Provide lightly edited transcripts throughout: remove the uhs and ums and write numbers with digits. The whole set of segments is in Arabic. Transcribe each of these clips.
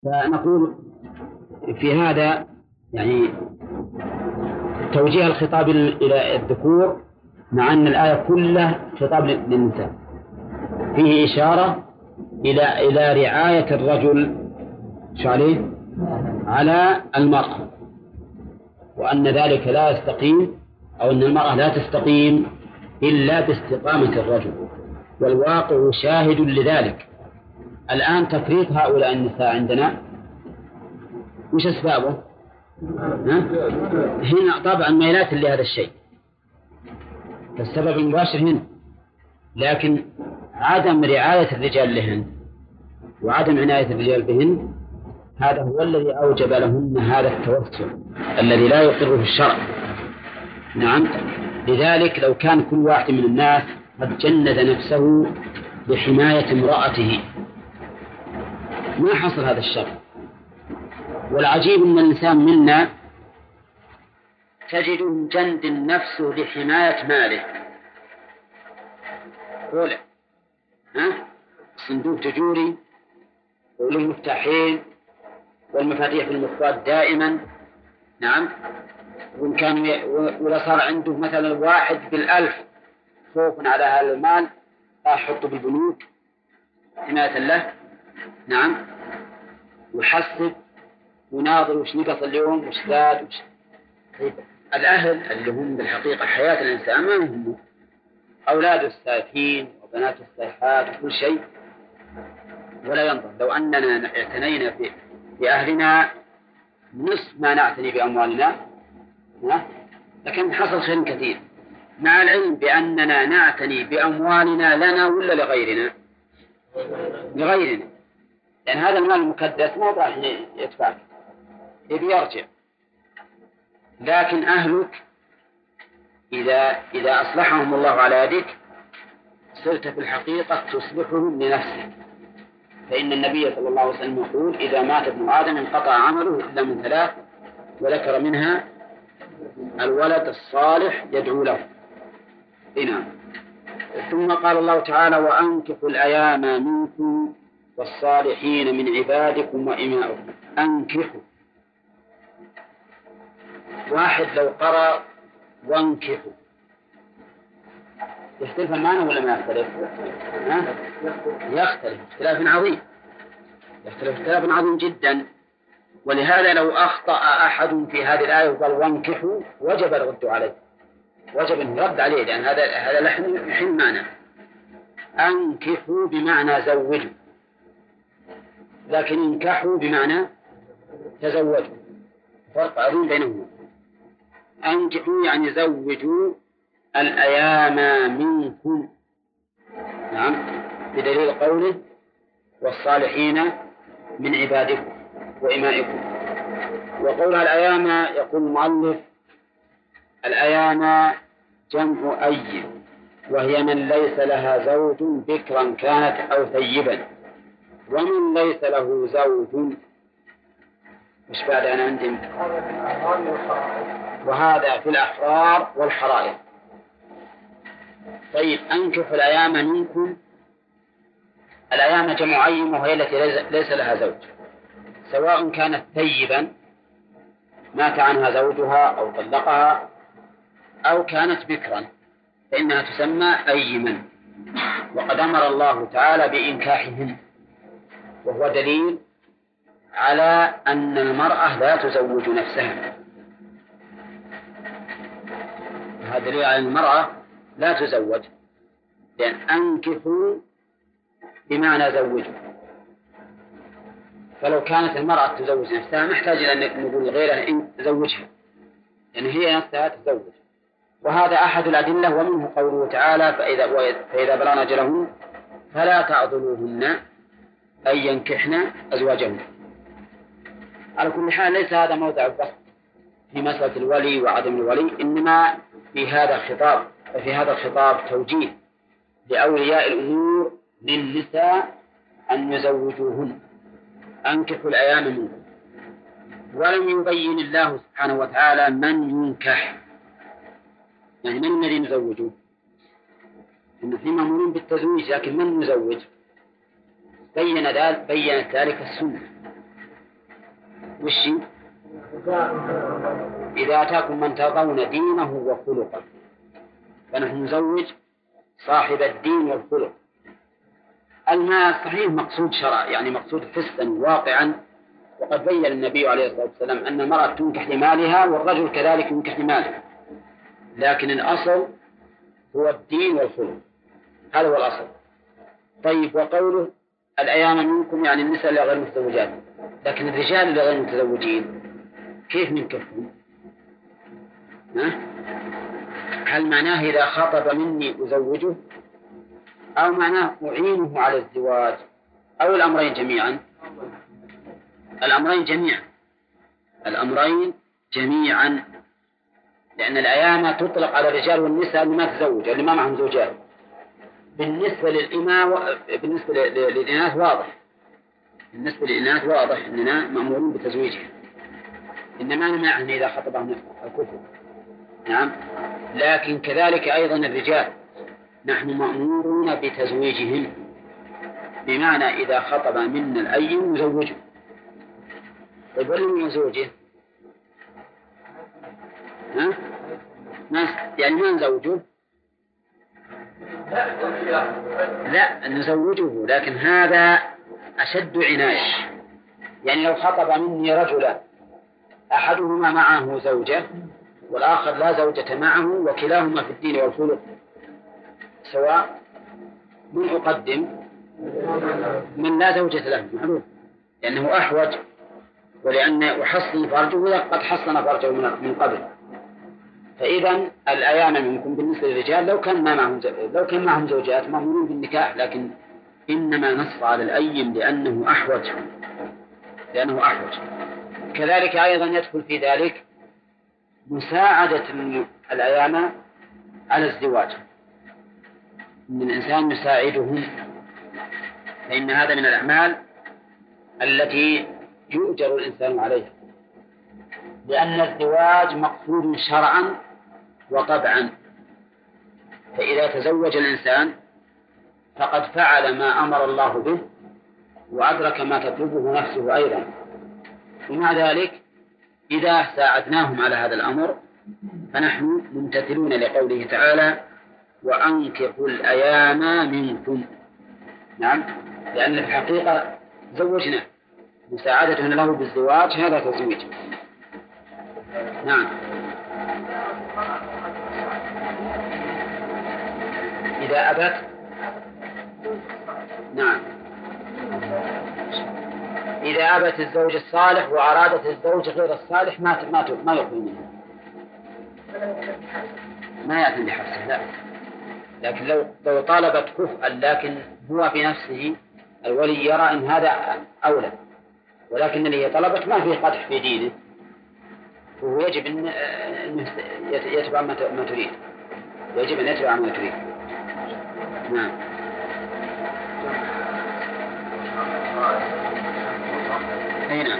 فنقول في هذا يعني توجيه الخطاب إلى الذكور، مع أن الآية كلها خطاب للنساء، فيه إشارة إلى رعاية الرجل على المرأة، وأن ذلك لا يستقيم، أو أن المرأة لا تستقيم إلا باستقامة الرجل، والواقع شاهد لذلك. الآن تفريط هؤلاء النساء عندنا وش أسبابه؟ هنا طبعا ميلات لهذا الشيء، فالسبب المباشر هنا، لكن عدم رعاية الرجال لهن وعدم عناية الرجال بهن هذا هو الذي أوجب لهن هذا التوسع الذي لا يقره الشرع. نعم، لذلك لو كان كل واحد من الناس قد جند نفسه بحماية امرأته ما حصل هذا الشر. والعجيب أن الإنسان منا تجد جند نفسه لحماية ماله، ولا صندوق تجوري وله مفتاحين والمفاتيح في المخبات دائما. نعم، وإن كان ولا صار عنده مثلا 1/1000 خوفا على هذا المال راح يحطه بالبنوك حماية له. نعم، ويحسب وناظر وش نقص اليوم وش زاد وش. الأهل اللي هم بالحقيقة حياة الإنسان ما هم أولاده السائحين وبناته السائحات وكل شيء ولا ينظر. لو أننا اعتنينا بأهلنا نصف ما نعتني بأموالنا لكن حصل خير كثير، مع العلم بأننا نعتني بأموالنا لنا ولا لغيرنا. لغيرنا، لأن هذا المال المكدس ما راح يدفعك، يبي يرجع. لكن أهلك إذا أصلحهم الله على يدك صرت في الحقيقة تصلحهم لنفسك، فإن النبي صلى الله عليه وسلم يقول إذا مات ابن آدم انقطع عمله إلا من 3، وذكر منها الولد الصالح يدعو له. نعم. ثم قال الله تعالى وأنكحوا الأيام منكم والصالحين من عبادكم وإمائكم. أنكحوا، واحد لو قرأ وانكحوا يختلف المعنى ولا ما يختلف؟ يختلف اختلاف عظيم، يختلف اختلاف عظيم جدا. ولهذا لو أخطأ أحد في هذه الآية وقال وانكحوا وجب الرد عليه، وجب أن يرد عليه، لأن هذا لحن يحل معنى. أنكحوا بمعنى زوجوا، لكن انكحوا بمعنى تزوجوا، فرق عظيم بينهما. أنكحوا يعني زوجوا الأيام منكم. نعم، بدليل قوله والصالحين من عبادكم وإمائكم. وقولها الأيام يقول المؤلف الأيام جمع أيم، وهي من ليس لها زوج بكرا كانت أو ثيبا، ومن ليس له زوج مش بعد أنا عندي، وهذا في الأحرار والحرائر. طيب أنكحوا الأيام منكم، الأيام جمع أيم وهي التي ليس لها زوج، سواء كانت ثيبا مات عنها زوجها أو طلقها، أو كانت بكرا فإنها تسمى أيما. وقد أمر الله تعالى بإنكاحهن، وهو دليل على أن المرأة لا تزوج نفسها. هذا دليل على أن المرأة لا تزوج، لأن أنكحوا بمعنى زوجوا. فلو كانت المرأة تزوج نفسها محتاج إلى أن نقول غيرها إن تزوجها، لأن هي نفسها تزوج. وهذا أحد الأدلة، ومنه قوله تعالى فإذا بلغن أجلهن فلا تعضلوهن أن ينكحن أزواجهن. على كل حال ليس هذا موضع البحث في مسألة الولي وعدم الولي، إنما في هذا الخطاب توجيه لأولياء الأمور للنساء أن يزوجوهن. أنكحوا الأيام منكم. ولم يبين الله سبحانه وتعالى من ينكح، يعني من الذي يزوجه. نحن مأمورون بالتزويج، لكن من يزوج؟ بينت ذلك السنة، وش إذا أتاكم من ترضون دينه وخلقه فنحن نزوج صاحب الدين والخلق. المال صحيح مقصود شرع، يعني مقصود حسا واقعا، وقد بين النبي عليه الصلاة والسلام أن المرأة تنكح لمالها والرجل كذلك ينكح لماله، لكن الأصل هو الدين والخلق، هذا هو الأصل. طيب، وقوله الأيام منكم يعني النساء اللي غير متزوجات، لكن الرجال اللي غير متزوجين كيف ننكحهم؟ هل معناه إذا خطب مني أزوجه، أو معناه أعينه على الزواج، أو الأمرين جميعا؟ الأمرين جميعا، لأن الأيام تطلق على الرجال والنساء اللي ما تزوج، اللي ما معهم زوجات. بالنسبة للإناث واضح أننا مأمورون بتزويجهم، إنما نمنعهم إذا خطبهم الكفر. نعم، لكن كذلك أيضا الرجال نحن مأمورون بتزويجهم، بمعنى إذا خطب منا الأيم نزوجه. طيب ولم يزوجه يعني ما نزوجه؟ لا، نزوجه، لكن هذا أشد عناية. يعني لو خطب مني رجلا أحدهما معه زوجة والآخر لا زوجة معه وكلاهما في الدين والخلق سواء، من أقدم؟ من لا زوجة له، معروف، لأنه أحوج، ولأن أحصن فرجه قد حصن فرجه من قبل. فإذا الأيام منكم بالنسبة للرجال لو كان معهم زوجات مأمورون بالنكاح، لكن إنما نص على الأيم لأنه أحوج. كذلك أيضا يدخل في ذلك مساعدة الأيام على الزواج، إن الإنسان يساعدهم، فإن هذا من الأعمال التي يؤجر الإنسان عليها، لأن الزواج مقصود شرعا وطبعا. فإذا تزوج الإنسان فقد فعل ما أمر الله به وأدرك ما تطلبه نفسه أيضا. ومع ذلك إذا ساعدناهم على هذا الأمر فنحن ممتثلون لقوله تعالى وأنكحوا الأيام منكم. نعم، لأن في الحقيقة زوجنا، مساعدتنا له بالزواج هذا تزويج. نعم، إذا أبت، نعم، إذا أبت الزوج الصالح وأرادت الزوج غير الصالح ما يقبل منه، ما يأتي بحبسه، لا. لكن لو طالبت كفءا لكن هو في نفسه الولي يرى أن هذا أولى، ولكن اللي هي طلبت ما فيه قدح في دينه، وهو يجب أن يتبع ما تريد، يجب أن يتبع ما تريد. نعم. هنا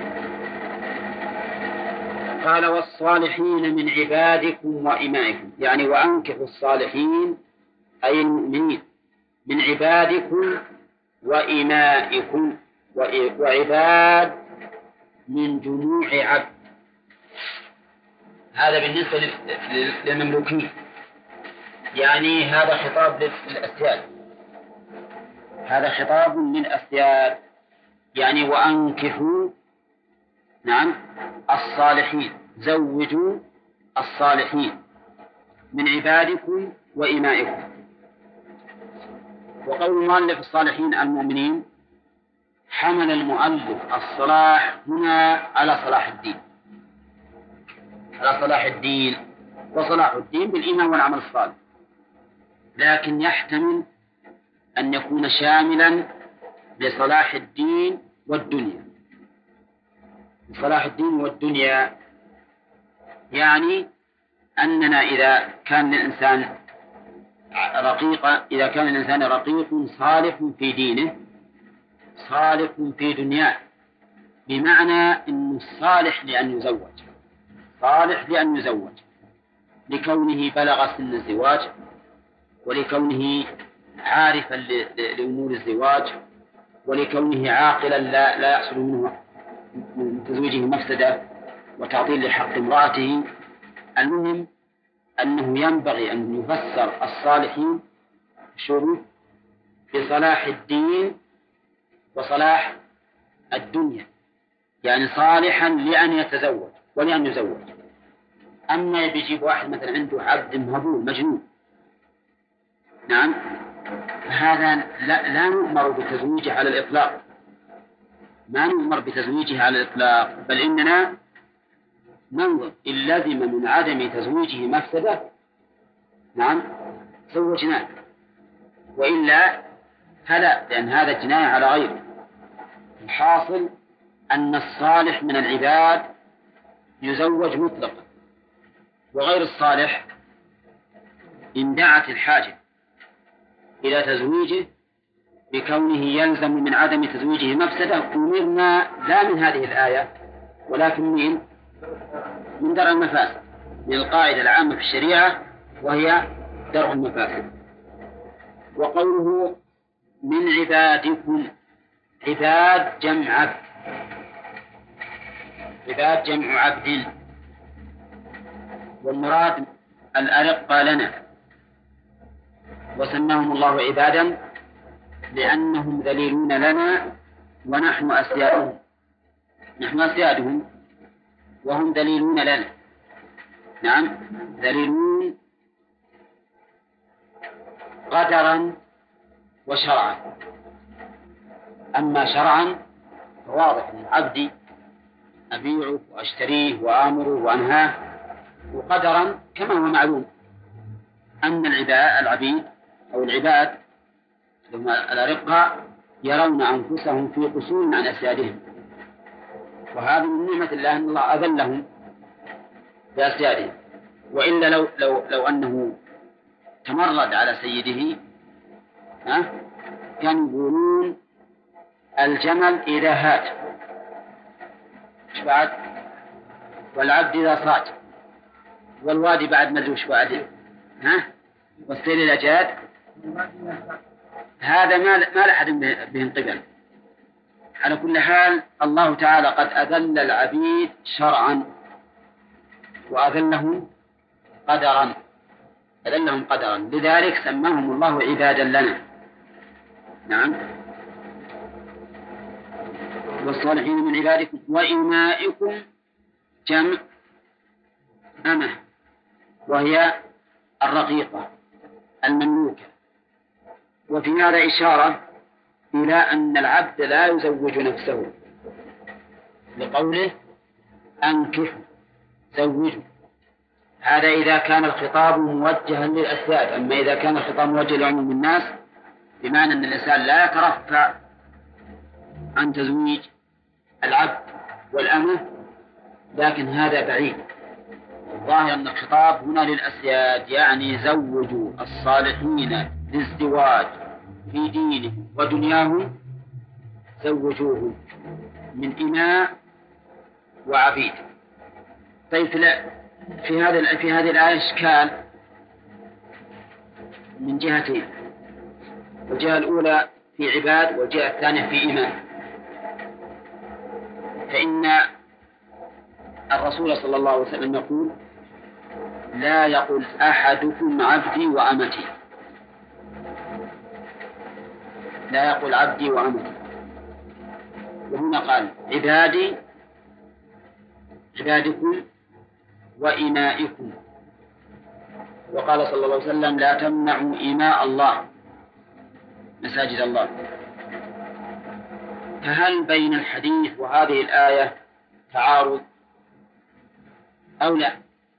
قال والصالحين من عبادكم وإمائكم، يعني وأنكحوا الصالحين أي المؤمنين من عبادكم وإمائكم، وعباد من جموع عبد، هذا بالنسبة للمملوكين، يعني هذا خطاب للأسياد، هذا خطاب للأسياد، يعني وأنكحوا، نعم، الصالحين، زوجوا الصالحين من عبادكم وإمائكم. وقول المؤلف الصالحين المؤمنين، حمل المؤلف الصلاح هنا على صلاح الدين، على صلاح الدين، وصلاح الدين بالإيمان والعمل الصالح، لكن يحتمل أن يكون شاملا لصلاح الدين والدنيا. صلاح الدين والدنيا يعني أننا إذا كان الإنسان رقيق صالح في دينه صالح في دنياه، بمعنى أنه صالح لأن يزوج لكونه بلغ سن الزواج، ولكونه عارفا لأمور الزواج، ولكونه عاقلا لا يحصل منه تزويجه مفسدة وتعطيل لحق امرأته. المهم أنه ينبغي أن يفسر الصالحين بصلاح الدين وصلاح الدنيا، يعني صالحا لأن يتزوج ولأن يزوج. أما بيجيب واحد مثلا عنده عبد مهبول مجنون، نعم، هذا لا نؤمر بتزويجه على الإطلاق، ما نؤمر بتزويجه على الإطلاق، بل إننا ننظر إن لزم من عدم تزويجه مفسدة، نعم، زوجناه، وإلا فلا، لأن هذا جناية على غيره. الحاصل أن الصالح من العباد يزوج مطلقا، وغير الصالح إن دعت الحاجة إلى تزويجه بكونه يلزم من عدم تزويجه مفسدة، أمرنا لا من هذه الآية ولكن من درء المفاسد، من القاعدة العامة في الشريعة وهي درء المفاسد. وقوله من عبادكم، عباد جمع عبد، عباد جمع عبد، والمراد الأرقى لنا، وسماهم الله عبادا لأنهم ذليلون لنا ونحن أسيادهم، نحن أسيادهم وهم ذليلون لنا، نعم، ذليلون قدرا وشرعا. أما شرعا فواضح من عبدي أبيعه وأشتريه وآمره وأنهاه، وقدرا كما هو معلوم أن العبيد أو العباد ثم الأرقاء يرون أنفسهم في قصور عن أسيادهم، وهذا من نعمة الله أن الله أذلهم بأسيادهم، وإلا لو أنه تمرد على سيده كانوا يقولون الجمل إذا هاج إيش بعد، والعبد إذا صاج، والوادي بعد ما وش بعد، والسيل إذا جاد. هذا ما لأحد بهم قبل. على كل حال الله تعالى قد أذل العبيد شرعا وأذلهم قدرا، أذلهم قدرا، لذلك سماهم الله عبادا لنا، نعم. والصالحين من عبادكم وإمائكم جمع أمة، وهي الرقيقة المملوكة. وفي هذا إشارة إلى أن العبد لا يزوج نفسه، لقوله أنكحوا زوجوا. هذا إذا كان الخطاب موجها للأسياد. أما إذا كان الخطاب موجه لعموم الناس بمعنى أن الإنسان لا يترفع عن تزويج العبد والأمة، لكن هذا بعيد. الظاهر أن الخطاب هنا للأسياد، يعني زوجوا الصالحين للزواج في دينهم ودنياهم، زوجوهم من إماء وعبيد. طيب في هذه الآية إشكال من جهتين، الجهة الأولى في عباد والجهة الثانية في إماء. فإن الرسول صلى الله عليه وسلم يقول لا يقل أحدكم عبدي وأمتي، لا يقول عبدي وأمتي، وهنا قال عبادكم وإمائكم. وقال صلى الله عليه وسلم لا تمنعوا إماء الله مساجد الله. فهل بين الحديث وهذه الآية تعارض أو لا؟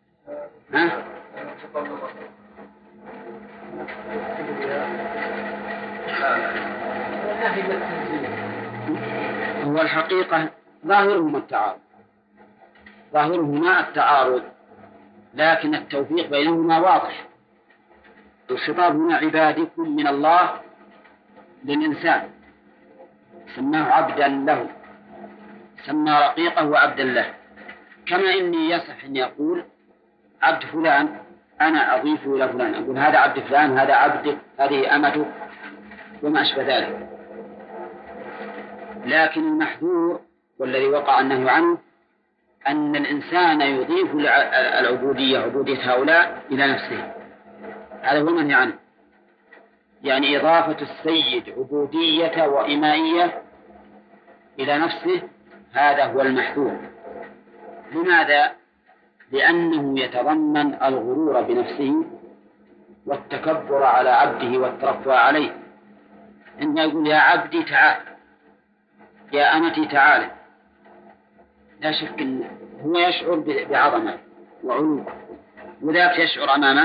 هو الحقيقة ظاهرهما التعارض، ظاهرهما التعارض، لكن التوفيق بينهما واضح. الخطاب هنا عبادكم من الله للإنسان، سماه عبدا له، سمى رقيقه وعبدا له. كما إني يصح أن يقول عبد فلان أنا أضيفه إلى فلان، أقول هذا عبد فلان، هذا عبدك، هذه أمتك، وما أشبه ذلك. لكن المحذور والذي وقع النهي عنه أن الإنسان يضيف العبودية عبودية هؤلاء إلى نفسه، هذا هو المنهي عنه، يعني إضافة السيد عبودية وإمائية إلى نفسه، هذا هو المحذور. لماذا؟ لأنه يتضمن الغرور بنفسه والتكبر على عبده والترفع عليه، إن يقول يا عبدي تعال، يا أمتي تعال، لا شك أن هو يشعر بعظمة وعلو، وذاك يشعر أمامه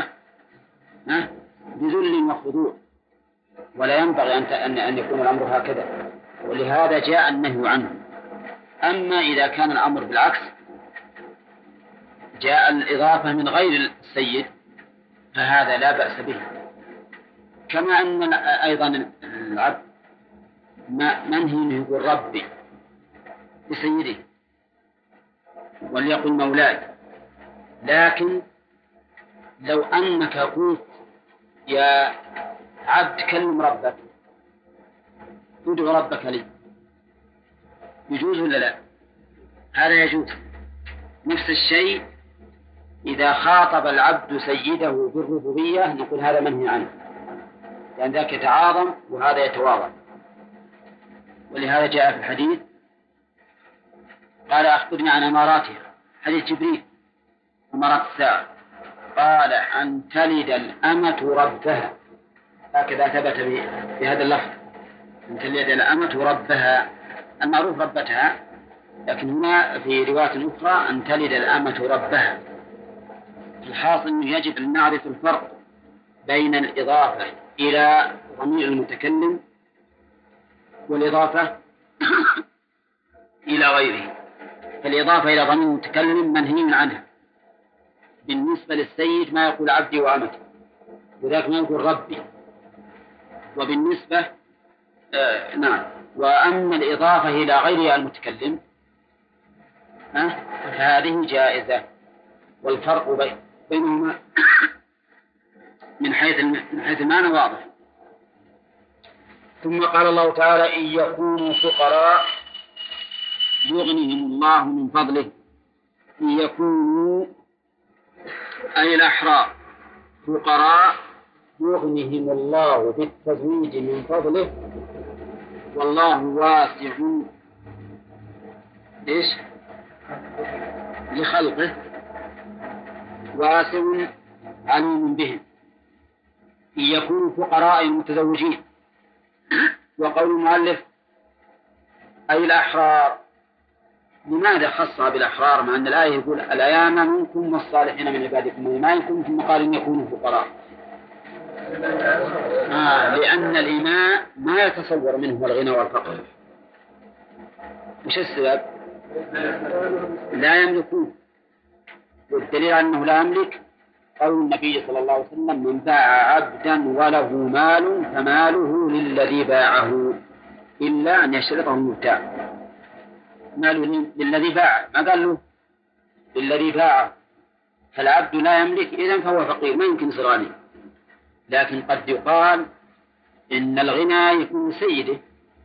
بذل وخضوع، ولا ينبغي أن يكون الأمر هكذا، ولهذا جاء النهي عنه. أما إذا كان الأمر بالعكس، جاء الإضافة من غير السيد، فهذا لا بأس به. كما أن أيضا العبد منهي أنه يقول ربي لسيده وليقل مولاي، لكن لو أنك قلت يا عبد كلم ربك، ادعو ربك لي، يجوز ولا لا؟ هذا يجوز. نفس الشيء إذا خاطب العبد سيده بالربوبية نقول هذا منهي عنه، لأن ذاك يتعاظم وهذا يتواضع. ولهذا جاء في الحديث قال أخبرني عن أماراتها، حديث جبريل أمارات الساعة، قال أن تلد الأمة ربها، هكذا ثبت بهذا اللفظ، أن تلد الأمة ربها، المعروف ربتها، لكن هنا في رواية أخرى أن تلد الأمة ربها. الحاصل أنه يجب أن نعرف الفرق بين الإضافة إلى ضمير المتكلم والإضافة إلى غيره. فالإضافة إلى ضمير المتكلم منهي عنها، بالنسبة للسيد ما يقول عبدي وأمتي، وذاك ما يقول ربي. وبالنسبة وأما الإضافة إلى غير المتكلم فهذه جائزة، والفرق بينهما من حيث المعنى واضح. ثم قال الله تعالى إن يكونوا فقراء يغنيهم الله من فضله. إن يكونوا أي الأحرار فقراء يغنيهم الله بالتزويج من فضله، والله واسع لخلقه واسع عليم بهم. إن يكونوا فقراء المتزوجين. وقول المؤلف أي الأحرار، لماذا خصها بالأحرار مع أن الآية يقول الأيام منكم والصالحين من عبادكم وإمائكم، ثم قال إن يكونوا فقراء؟ لأن الإماء ما يتصور منه الغنى والفقر. وش السبب؟ لا يملكون، والدليل أنه لا يملك قول النبي صلى الله عليه وسلم من باع عبدا وله مال فماله للذي باعه إلا أن يشترطه المبتاع. ماله للذي باعه، ما قال له للذي باعه، فالعبد لا يملك، إذن فهو فقير ما يمكن يصير غني. لكن قد يقال إن الغنى يكون سيده،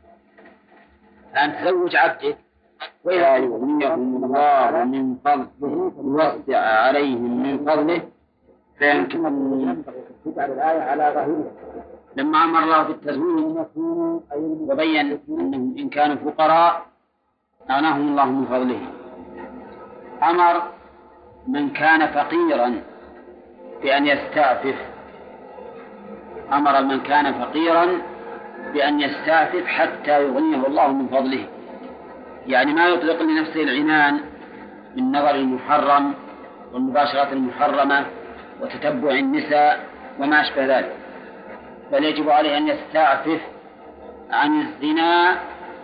أن تزوج عبدك وإذا يغنيهم الله من فضله يوسع عليهم من فضله فيمكن تجعل الآية على ظاهرها. لما أمر الله بالتزويج وبين أنهم إن كانوا فقراء أغناهم الله من فضله، أمر من كان فقيرا بأن يستعفف، أمر من كان فقيرا بأن يستعفف حتى يغنيه الله من فضله، يعني ما يطلق لنفسه العنان من نظر المحرم والمباشرات المحرمة وتتبع النساء وما أشبه ذلك، بل يجب عليه أن يستعفف عن الزنا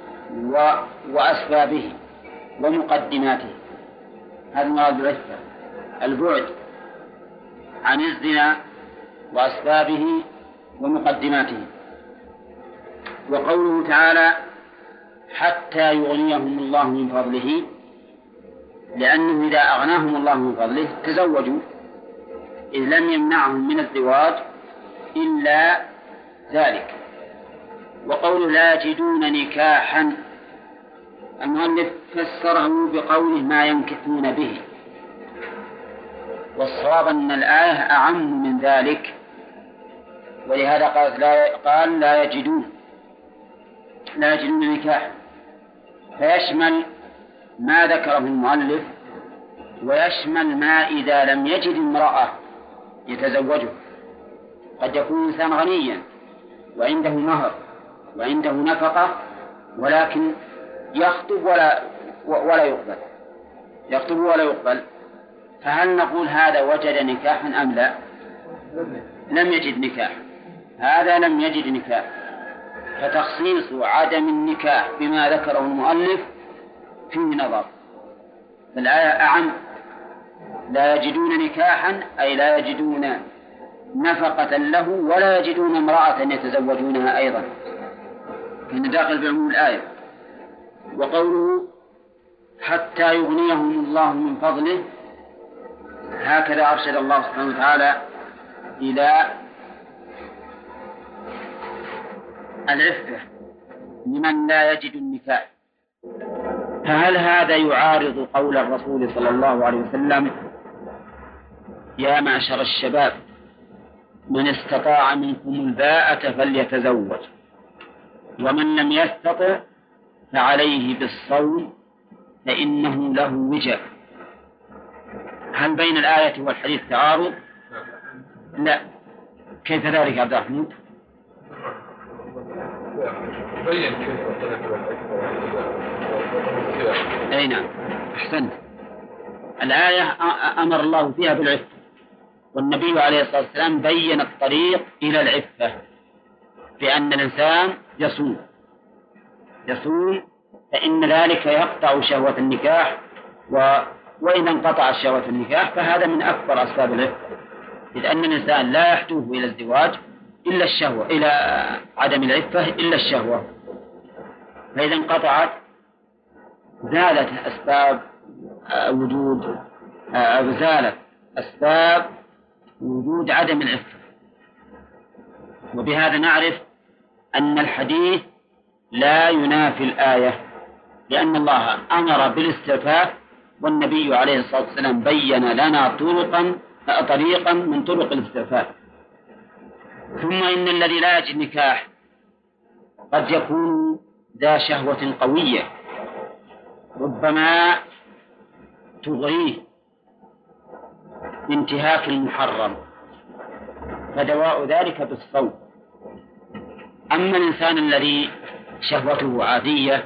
وأسبابه ومقدماته. هذا مراد العفة، البعد عن الزنا وأسبابه ومقدماته. وقوله تعالى حتى يغنيهم الله من فضله، لأنه إذا أغناهم الله من فضله تزوجوا، إذ لم يمنعهم من الزواج إلا ذلك. وقول لا يجدون نكاحا المؤلف فسره بقوله ما ينكثون به، والصواب أن الآية أعم من ذلك، ولهذا قال لا يجدون نكاح، فيشمل ما ذكره المؤلف ويشمل ما إذا لم يجد امرأة يتزوجه. قد يكون إنسان غنيا وعنده مهر وعنده نفقة ولكن يخطب ولا يقبل، فهل نقول هذا وجد نكاحا أم لا؟ لم يجد نكاح، هذا لم يجد نكاح، فتخصيص عدم النكاح بما ذكره المؤلف فيه نظر. الآية أعم، لا يجدون نكاحا أي لا يجدون نفقة له ولا يجدون امرأة يتزوجونها أيضا، من داخل بعموم الآية. وقوله حتى يغنيهم الله من فضله، هكذا أرشد الله سبحانه وتعالى إلى العفة لمن لا يجد النكاح. فهل هذا يعارض قول الرسول صلى الله عليه وسلم يا معشر الشباب من استطاع منكم الباءة فليتزوج ومن لم يستطع فعليه بالصوم فإنه له وجاء؟ هل بين الآية والحديث تعارض؟ لا. كيف ذلك عبد الرحمن؟ بين كيف أي نعم أحسنت. الآية أمر الله فيها بالعفة، والنبي عليه الصلاة والسلام بين الطريق إلى العفة بأن الإنسان يصوم فإن ذلك يقطع شهوة النكاح، وإذا انقطع شهوة النكاح فهذا من أكبر أسباب العفة، إذ أن الإنسان لا يحتوه إلى الزواج إلا الشهوة، إلى عدم العفة إلا الشهوة، فإذا انقطعت زالت أسباب وجود عدم العفة. وبهذا نعرف أن الحديث لا ينافي الآية، لأن الله أمر بالاستعفاف والنبي عليه الصلاة والسلام بين لنا طريقا من طرق الاستعفاف. ثم إن الذي لا يجد نكاح قد يكون ذا شهوة قوية ربما تغريه بانتهاك المحرم، فدواء ذلك بالصوم. أما الإنسان الذي شهوته عادية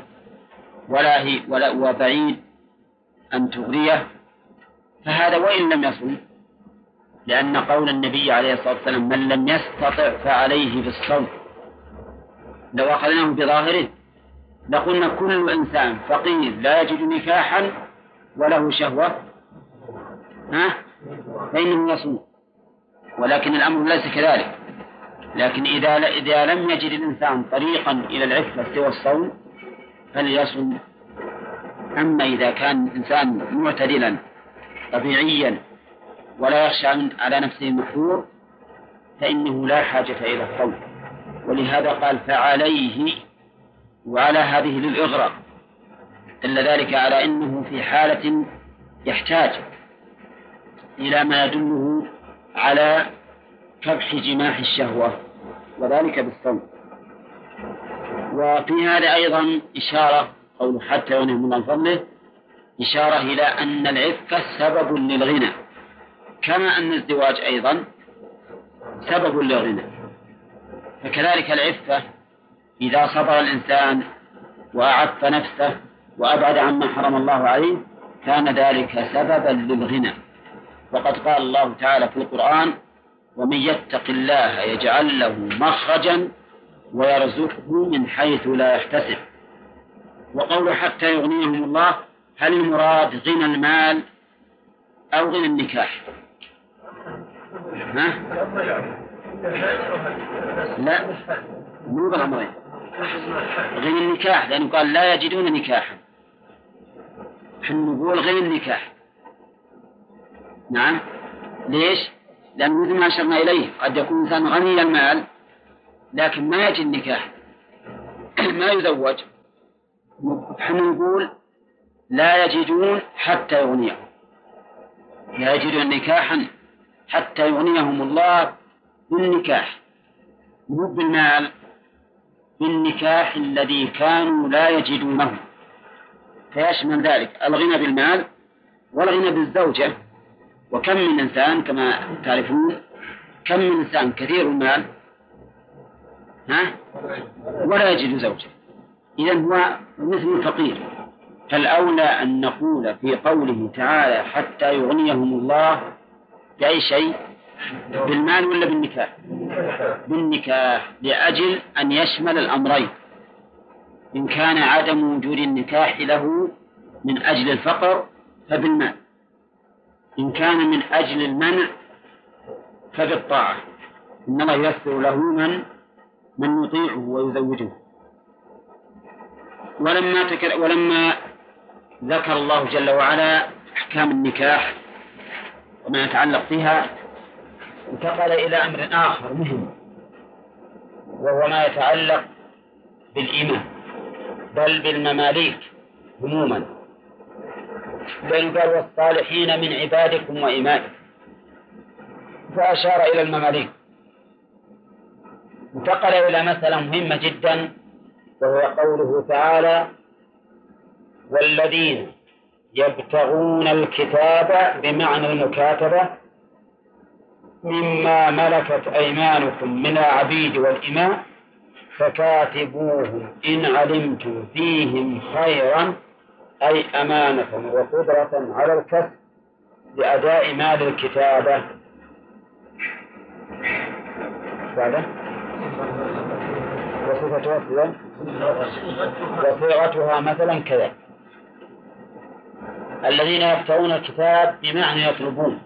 وبعيد أن تغريه فهذا وإن لم يصوم، لأن قول النبي عليه الصلاة والسلام من لم يستطع فعليه بالصوم لو أخذناه بظاهره لقلنا كل إنسان فقير لا يجد نكاحا وله شهوة فإنه يصوم، ولكن الأمر ليس كذلك. لكن إذا لم يجد الإنسان طريقا إلى العفة سوى الصوم فليصوم. أما إذا كان إنسان معتدلا طبيعيا ولا يخشى على نفسه المحذور فإنه لا حاجة إلى الصوم، ولهذا قال فعليه، وعلى هذه للإغراء، دل ذلك على أنه في حالة يحتاج إلى ما يدله على كبح جماح الشهوة وذلك بالصوم. وفي هذا أيضا إشارة قوله حتى يغنيهم الله من فضله، إشارة إلى أن العفة سبب للغنى، كما أن الزواج أيضا سبب للغنى، فكذلك العفة إذا صبر الإنسان وأعف نفسه وأبعد عما حرم الله عليه كان ذلك سببا للغنى. وقد قال الله تعالى في القرآن ومن يتق الله يجعل له مخرجا ويرزقه من حيث لا يحتسب. وقوله حتى يغنيهم الله، هل المراد غنى المال أو غنى النكاح؟ لا، مو بالأمرين، غنى النكاح، لأنه قال لا يجدون نكاحا، حين نقول غنى النكاح. نعم، ليش؟ لأنه مثل ما أشرنا إليه قد يكون إنسان غني المال لكن ما يجد النكاح ما يزوج، احنا نقول لا يجدون حتى يغنيهم، لا يجدون نكاحا حتى يغنيهم الله بالنكاح، مو بالمال، بالنكاح الذي كانوا لا يجدونه، فيشمل ذلك الغنى بالمال والغنى بالزوجة. وكم من إنسان كما تعرفون، كم من إنسان كثير المال ولا يجد زوجة، إذن هو مثل الفقير. فالأولى أن نقول في قوله تعالى حتى يغنيهم الله بأي شيء، بالمال ولا بالنكاح؟ بالنكاح، لأجل أن يشمل الأمرين، إن كان عدم وجود النكاح له من أجل الفقر فبالمال، إن كان من أجل المنع فبالطاعة، إن الله ييسر له من يطيعه ويزوجه. ولما ذكر الله جل وعلا أحكام النكاح وما يتعلق بها، انتقل إلى أمر آخر مهم، وهو ما يتعلق بالإماء بل بالمماليك عموما، لأنه قال والصالحين من عبادكم وإمائكم، فأشار إلى المماليك. انتقل إلى مسألة مهمة جدا، وهو قوله تعالى والذين يبتغون الكتاب بمعنى المكاتبة مما ملكت أيمانكم من العبيد والإماء فكاتبوهم إن علمتم فيهم خيرا، أي أمانة وقدرة على الكسب لأداء مال الكتابة. وصيغتها مثلا كذا: الذين يبتغون الكتاب بمعنى يطلبون،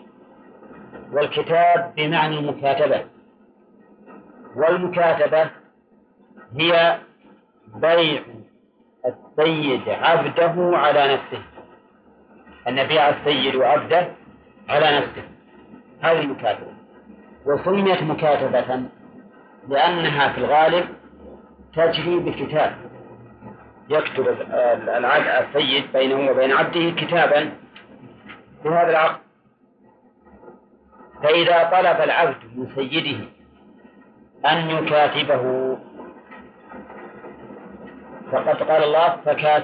والكتاب بمعنى المكاتبة، والمكاتبة هي بيع السيد عبده على نفسه، أن يبيع السيد عبده على نفسه، هذه المكاتبة. وسميت مكاتبة لأنها في الغالب تجري بكتاب، يكتب السيد بينه وبين عبده كتابا بهذا العقد. فإذا طلب العبد من سيده أن يكاتبه فقد قال الله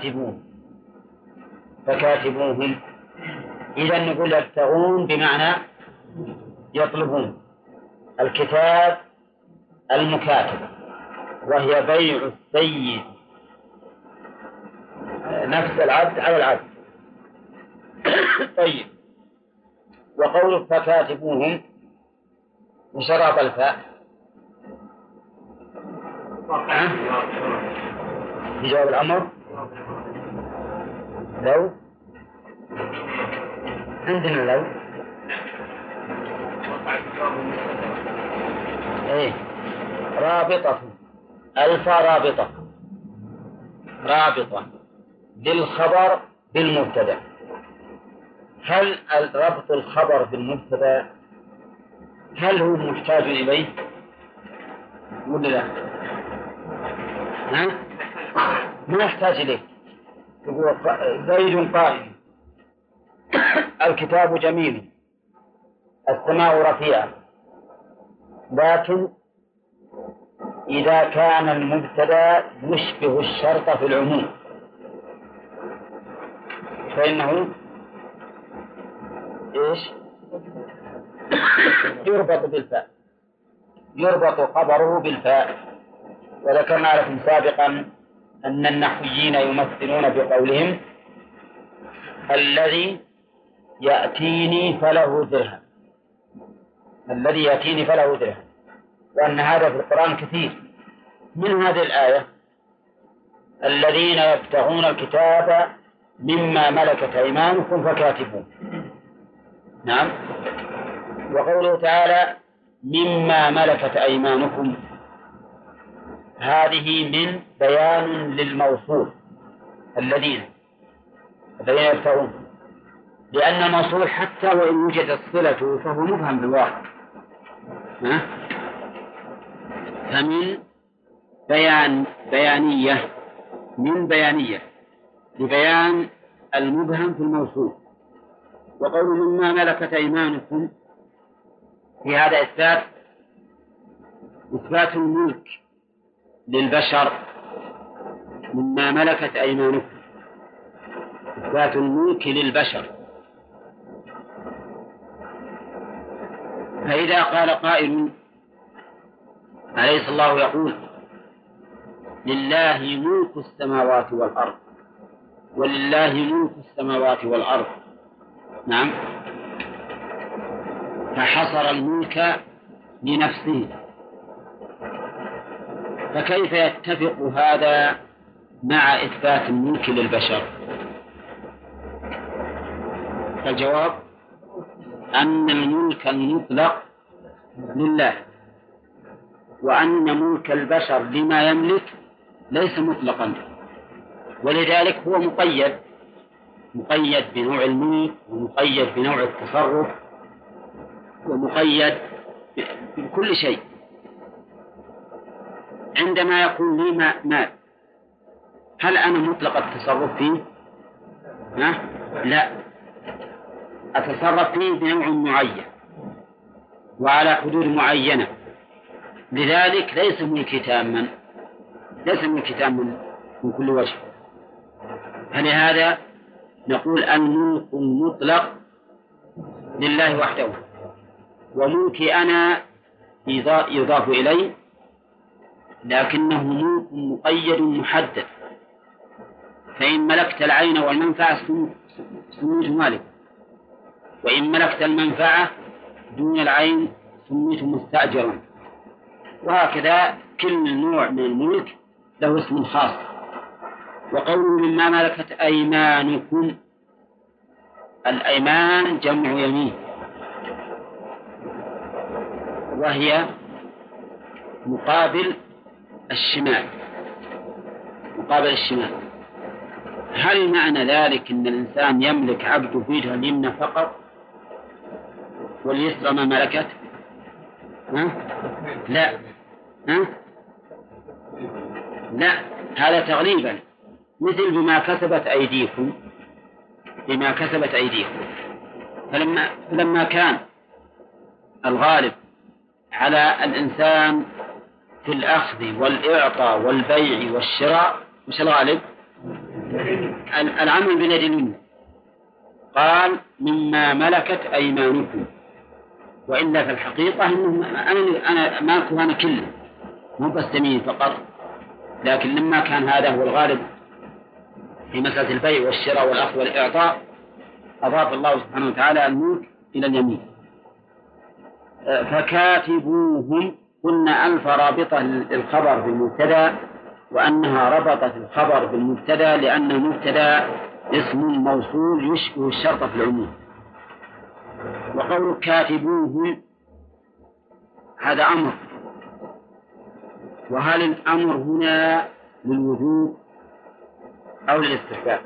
فكاتبوهم. إذا نقول يبتغون بمعنى يطلبون، الكتاب المكاتبة، وهي بيع السيد نفس العبد على العبد. طيب، وقول فكاتبوهم بشرط الفاء بجواب الأمر، لو عندنا لو رابطة الفا رابطة للخبر بالمبتدأ. هل ربط الخبر بالمبتدأ هل هو محتاج إليه ولا لا؟ ما يحتاج إليه. يقول زيد قائم، الكتاب جميل، السماء رفيعة، لكن إذا كان المبتدأ يشبه الشرط في العموم فإنه يربط بالفاء، يربط خبره بالفاء. وذكرنا لكم سابقا أن النحويين يمثلون بقولهم الذي يأتيني فله درهم، الذي يأتيني فله درهم، وأن هذا في القرآن كثير. من هذه الآية الذين يبتغون الكتاب مما ملكت أيمانكم فكاتبون. نعم. وقوله تعالى مما ملكت أيمانكم، هذه من بيان للموصول الذين يبتغون، لأن الموصول حتى وإن وجدت صلته فهو مفهم بالواقع، فمن بيانية، من بيانية لبيان المبهم في الموصول. وقوله مما ملكت أيمانكم في هذا إثبات الملك للبشر. مما ملكت أيمانكم إثبات الملك للبشر. فإذا قال قائل أليس الله يقول لله ملك السماوات والأرض ولله ملك السماوات والأرض؟ نعم، فحصر الملك لنفسه، فكيف يتفق هذا مع إثبات الملك للبشر؟ الجواب أن الملك المطلق لله، وأن ملك البشر لما يملك ليس مطلقا، ولذلك هو مقيد بنوع الملك، ومقيد بنوع التصرف، ومقيد بكل شيء. عندما يقول لي مال، هل أنا مطلق التصرف فيه؟ لا، أتصرف فيه بنوع معين وعلى حدود معينة، لذلك ليس ملكي تاما من كل وجه. فلهذا نقول الملك المطلق لله وحده، وملكي أنا يضاف إلي، لكنه ملك مقيد محدد. فإن ملكت العين والمنفعة سميت مالك، وإن ملكت المنفعة دون العين سميت مستأجرا، وهكذا كل نوع من الملك له اسم خاص. وقوله مما ملكت أيمانكم، الأيمان جمع يمين، وهي مقابل الشمال. هل معنى ذلك أن الإنسان يملك عبده في يده اليمنى فقط واليسرى ما ملكت؟ لا، هذا تغليبا، مثل بما كسبت أيديكم. فلما كان الغالب على الإنسان في الأخذ والإعطاء والبيع والشراء، مش الغالب العمل باليد اليمنى، قال مما ملكت أيمانكم، وإلا في الحقيقة أنا مالكه أنا كله، مو بس يمين فقط. لكن لما كان هذا هو الغالب في مسألة البيع والشراء والأخذ والإعطاء، أضاف الله سبحانه وتعالى الملك إلى اليمين. فكاتبوهم، قلنا ألف رابطة الخبر بالمبتدأ، وأنها ربطت الخبر بالمبتدأ لأن المبتدأ اسم موصول يشبه الشرط في العموم. وقول كاتبوهم هذا أمر، وهل الأمر هنا للوجوب أو للاستحباب؟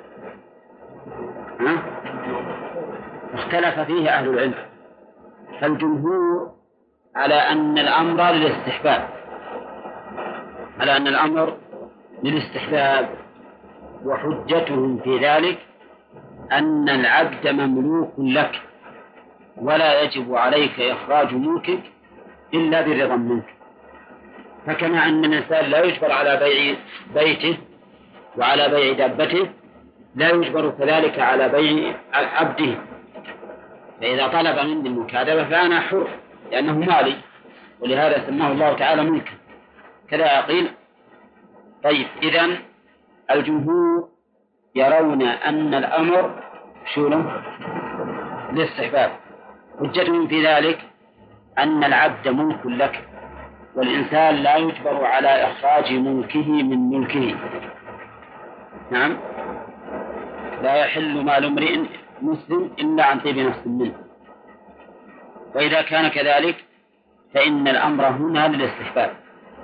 اختلف فيه أهل العلم، فالجمهور على أن الأمر للاستحباب، وحجتهم في ذلك أن العبد مملوك لك، ولا يجب عليك إخراج ملكك إلا برضا منك. فكما أن الإنسان لا يجبر على بيع بيته وعلى بيع دابته، لا يجبر كذلك على بيع عبده. فإذا طلب مني المكاتبة فأنا حر لأنه مالي، ولهذا سماه الله تعالى ملكا، كذا يقول. طيب، إذن الجمهور يرون أن الأمر للاستحباب، حجتهم في ذلك أن العبد ملك لك، والإنسان لا يجبر على إخراج ملكه من ملكه. نعم، لا يحل مال امرئ مسلم إلا عن طيب نفس منه. وإذا كان كذلك فإن الأمر هنا للاستحباب.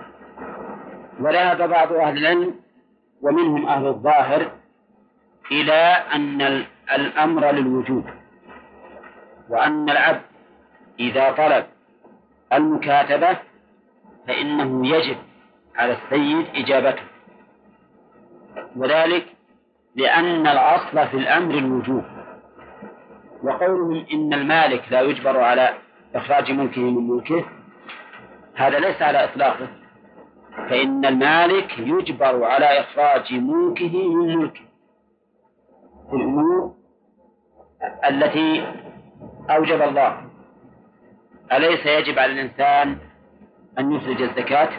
وذهب بعض أهل العلم ومنهم أهل الظاهر إلى أن الأمر للوجوب، وأن العبد إذا طلب المكاتبة فإنه يجب على السيد إجابته، وذلك لأن الأصل في الأمر الوجوب، وقولهم إن المالك لا يجبر على إخراج ملكه من ملكه هذا ليس على إطلاقه، فإن المالك يجبر على إخراج ملكه من ملكه في الأمور التي أوجب الله. أليس يجب على الإنسان أن يخرج الزكاة؟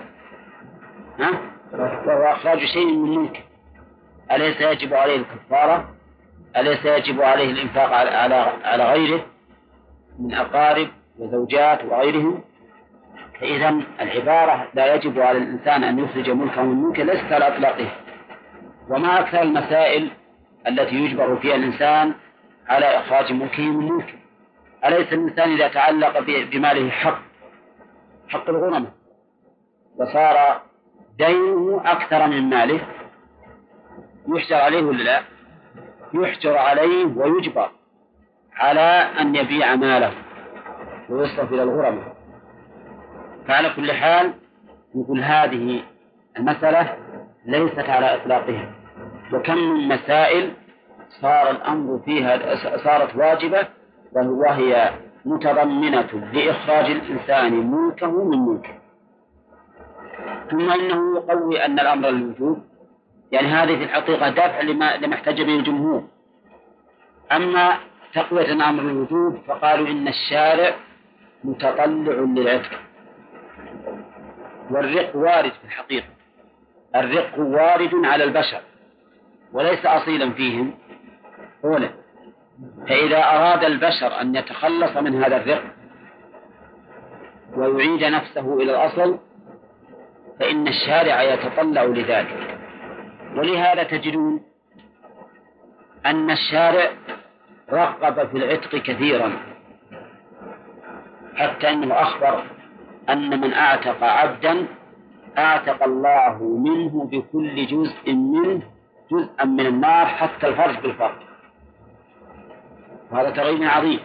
وهو إخراج شيء من ملكه. أليس يجب عليه الكفارة؟ أليس يجب عليه الإنفاق على غيره من أقارب وزوجات وغيرهم؟ فإذا العبارة لا يجب على الإنسان أن يخرج ملكه من ملكه ليست على إطلاقه. وما أكثر المسائل التي يجبر فيها الإنسان على إخراج ملكه من ملكه. أليس الإنسان إذا تعلق بماله حق الغرماء وصار دينه أكثر من ماله يحجر عليه ولا لا؟ يحجر عليه ويجبر على أن يبيع ماله ويصرف إلى الغرماء. فعلى كل حال نقول هذه المسألة ليست على إطلاقها، وكم من مسائل صار الأمر فيها صارت واجبة وهي متضمنة لإخراج الإنسان ملكه من ملكه. ثم إنه يقوي أن الأمر للوجوب، يعني هذه في الحقيقة دافع لما احتج به الجمهور. أما تقوية الأمر للوجوب فقالوا إن الشارع متطلع للعتق، والرق وارد في الحقيقة، الرق وارد على البشر وليس أصيلا فيهم أولا. فإذا أراد البشر أن يتخلص من هذا الرق ويعيد نفسه إلى الأصل فإن الشارع يتطلع لذلك. ولهذا تجدون أن الشارع رغب في العتق كثيرا، حتى أنه أخبر أن من أعتق عبدا أعتق الله منه بكل جزء منه جزءا من النار حتى الفرج بالفرج. وهذا تغيير عظيم.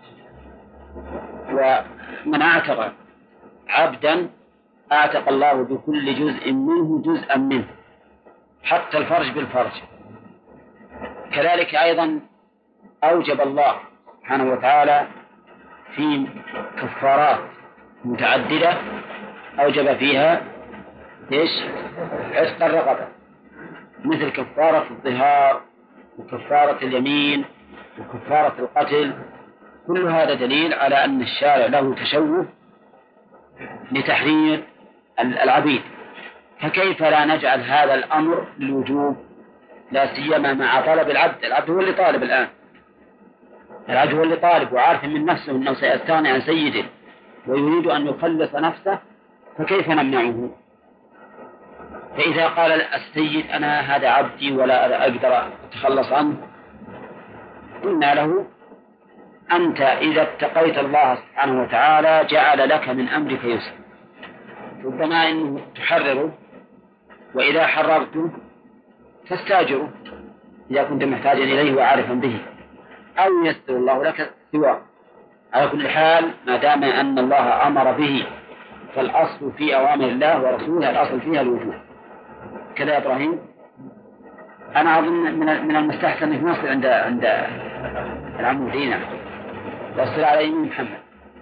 ومن أعتق عبدا أعتق الله بكل جزء منه جزءا منه حتى الفرج بالفرج. كذلك أيضا أوجب الله سبحانه وتعالى في كفارات متعددة أوجب فيها إيش؟ عتق الرقبة، مثل كفارة الظهار وكفارة اليمين وكفارة القتل. كل هذا دليل على أن الشارع له تشوف لتحرير العبيد. فكيف لا نجعل هذا الأمر للوجوب، لا سيما مع طلب العبد؟ العبد هو اللي طالب الآن، العبد هو اللي طالب وعارف من نفسه أنه سيستغني عن سيده ويريد أن يخلص نفسه، فكيف نمنعه؟ فإذا قال السيد أنا هذا عبدي ولا أقدر أتخلص عنه، قلنا له أنت إذا اتقيت الله سبحانه وتعالى جعل لك من أمرك يسر، ربما أنه تحرره، وإذا حررته تستاجره إذا كنت محتاجا إليه وعارفا به، أو يستر الله لك سواه. على كل حال ما دام أن الله أمر به فالأصل في أوامر الله ورسوله الأصل فيها الوجوب. كذا يا إبراهيم؟ أنا أظن من المستحسن أنك نصل عند العمودين، وصل على يمين محمد.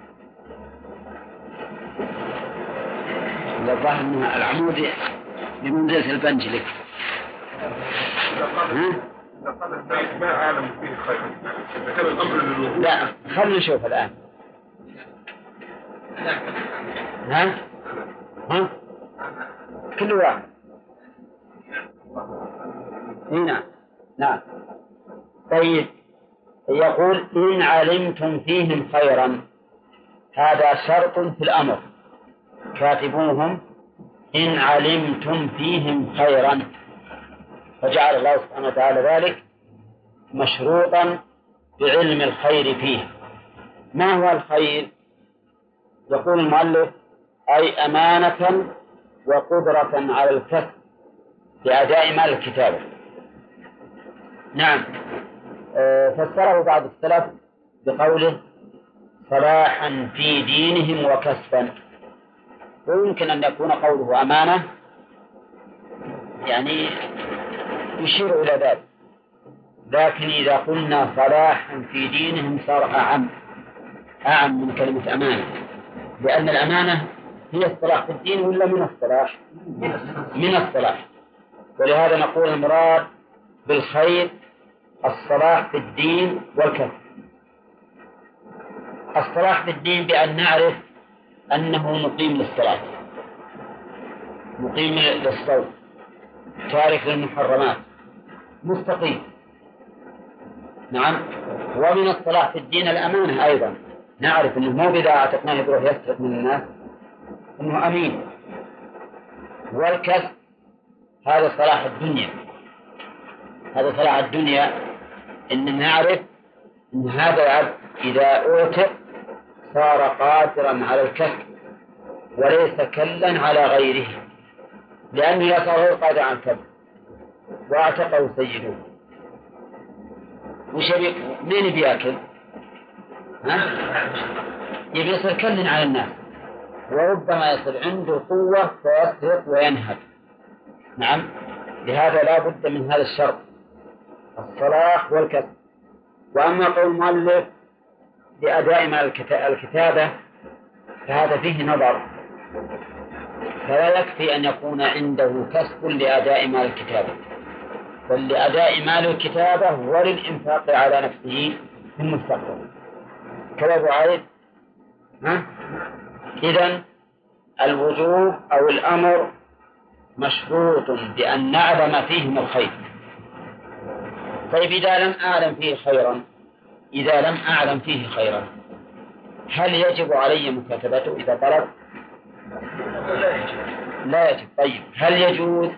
الظاهر أن العمود بمنزلة البنج لك. ما أعلم فيه خير، كان الأمر للوجوب. لا خلنا نشوف الآن. ها كل واحد هنا. نعم. طيب يقول إن علمتم فيهم خيرا، هذا شرط في الأمر، كاتبوهم إن علمتم فيهم خيرا، فجعل الله سبحانه وتعالى ذلك مشروطا بعلم الخير فيه. ما هو الخير؟ يقول المؤلف أي أمانة وقدرة على الكسب بأداء مال الكتابة. نعم. فسره بعض السلف بقوله صلاحا في دينهم وكسبا، ويمكن أن يكون قوله أمانة يعني يشير إلى ذلك، لكن إذا قلنا صلاحا في دينهم صار أعم من كلمة أمانة، لأن الأمانة هي الصلاح في الدين ولا من الصلاح؟ من الصلاح. ولهذا نقول المراد بالخير الصلاح في الدين والكسب. الصلاح في الدين بأن نعرف أنه مقيم للصلاة، مقيم للصوم، تارك للمحرمات، مستقيم. نعم. ومن الصلاح في الدين الأمانة أيضا، نعرف أنه مو بذا اعتقناه يروح يسرق من الناس، أنه أمين. والكسب هذا صلاح الدنيا، هذا صلاح الدنيا، إن نعرف أن هذا العبد إذا أوتق صار قادرا على الكسب وليس كلا على غيره، لأنه لا صار قادرا على الكسب واعتقه سيده. وش مين بياكل؟ يبي يصير كلا على الناس، وربما يصير عنده قوة فيسرق وينهب. نعم. لهذا لا بد من هذا الشرط، الصلاح والكسب. وأما قول المؤلف لأداء مال الكتابة فهذا فيه نظر، فلا يكفي أن يكون عنده كسب لأداء مال الكتابة، بل لأداء مال الكتابة وللإنفاق على نفسه في المستقبل كذا بعيد. إذن الوجوب أو الأمر مشروط بأن نعلم فيهم الخير. طيب إذا لم أعلم فيه خيرا، إذا لم أعلم فيه خيرا هل يجب علي مكاتبته إذا طلب؟ لا يجب. طيب هل يجوز؟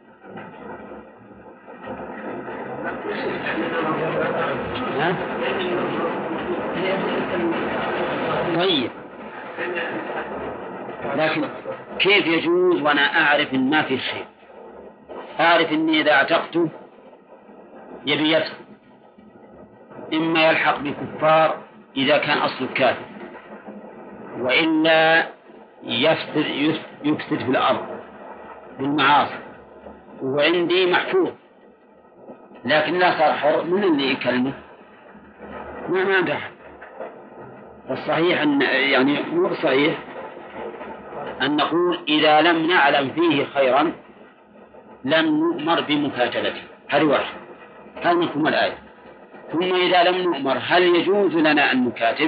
طيب لكن كيف يجوز وأنا أعرف إن ما في خير؟ أعرف إني إذا اعتقته يبي يفسد، إما يلحق بكفار إذا كان أصل كافر، وإلا يفسد في الأرض بالمعاصي، وعندي محفوظ لكن لا صار حر. من اللي يكلمه؟ ما دح. الصحيح أن يعني مو صحيح أن نقول إذا لم نعلم فيه خيرا لم نؤمر بمكاتبته. هذه واحد، هذا مفهوم الآية. ثم إذا لم نؤمر هل يجوز لنا أن نكاتب؟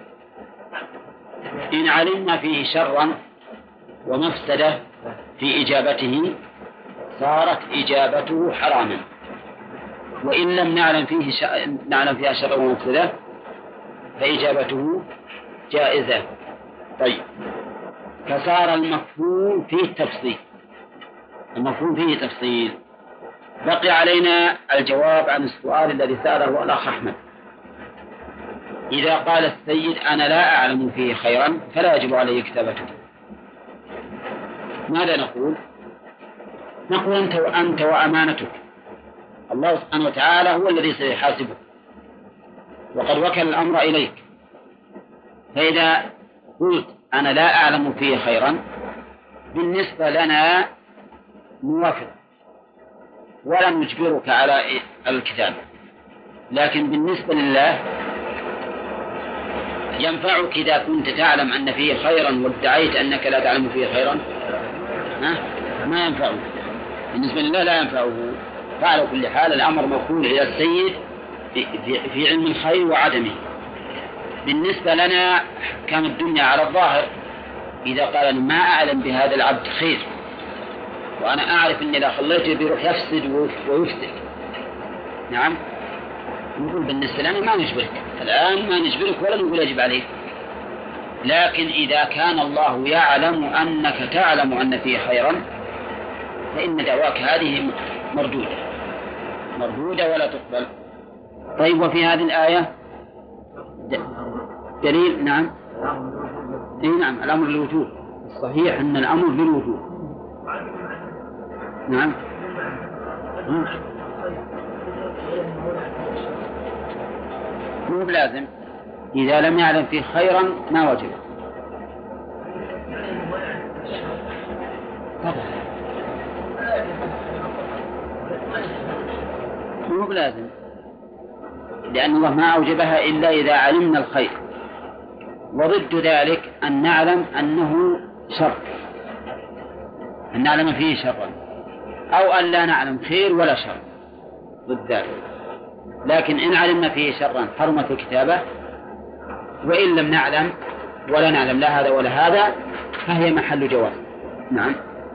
إن علمنا فيه شرا ومفسدة في إجابته صارت إجابته حراما، وإن لم نعلم فيها شرا ومفسدة فإجابته جائزة. طيب فصار المفهوم فيه تفصيل، المفهوم فيه تفصيل. بقي علينا الجواب عن السؤال الذي سأله الأخ أحمد. إذا قال السيد أنا لا أعلم فيه خيرا فلا يجب عليه كتابته، ماذا نقول؟ نقول أنت وأمانتك، الله سبحانه وتعالى هو الذي سيحاسبك وقد وكل الأمر إليك. فإذا قلت أنا لا أعلم فيه خيرا بالنسبة لنا نوافق ولا نجبرك على الكتاب، لكن بالنسبة لله ينفعك إذا كنت تعلم أن فيه خيرا وادعيت أنك لا تعلم فيه خيرا، ما ينفعه. بالنسبة لله لا ينفعه. فعلى كل حال الأمر موكول إلى السيد في علم الخير وعدمه. بالنسبة لنا كان الدنيا على الظاهر، إذا قال أنا ما أعلم بهذا العبد خير وأنا أعرف أني لا خليته بيروح يفسد ويفسد، نعم، نقول بالنسبة لنا ما نجبرك الآن، ما نجبرك ولا نقول يجب عليك. لكن إذا كان الله يعلم أنك تعلم أن فيه خيرا فإن دعواك هذه مردودة ولا تقبل. طيب وفي هذه الآية دليل. نعم نعم الأمر للوجوب، الصحيح أن الأمر للوجوب. نعم مو بلازم، إذا لم يعلم فيه خيرا ما وجب. مو بلازم، لأن الله ما أوجبها إلا إذا علمنا الخير، وضد ذلك أن نعلم أنه شر، أن نعلم فيه شرا، أو أن لا نعلم خير ولا شر، ضد ذلك. لكن إن علمنا فيه شرا حرمت الكتابة، وإن لم نعلم ولا نعلم لا هذا ولا هذا فهي محل جواز. نعم.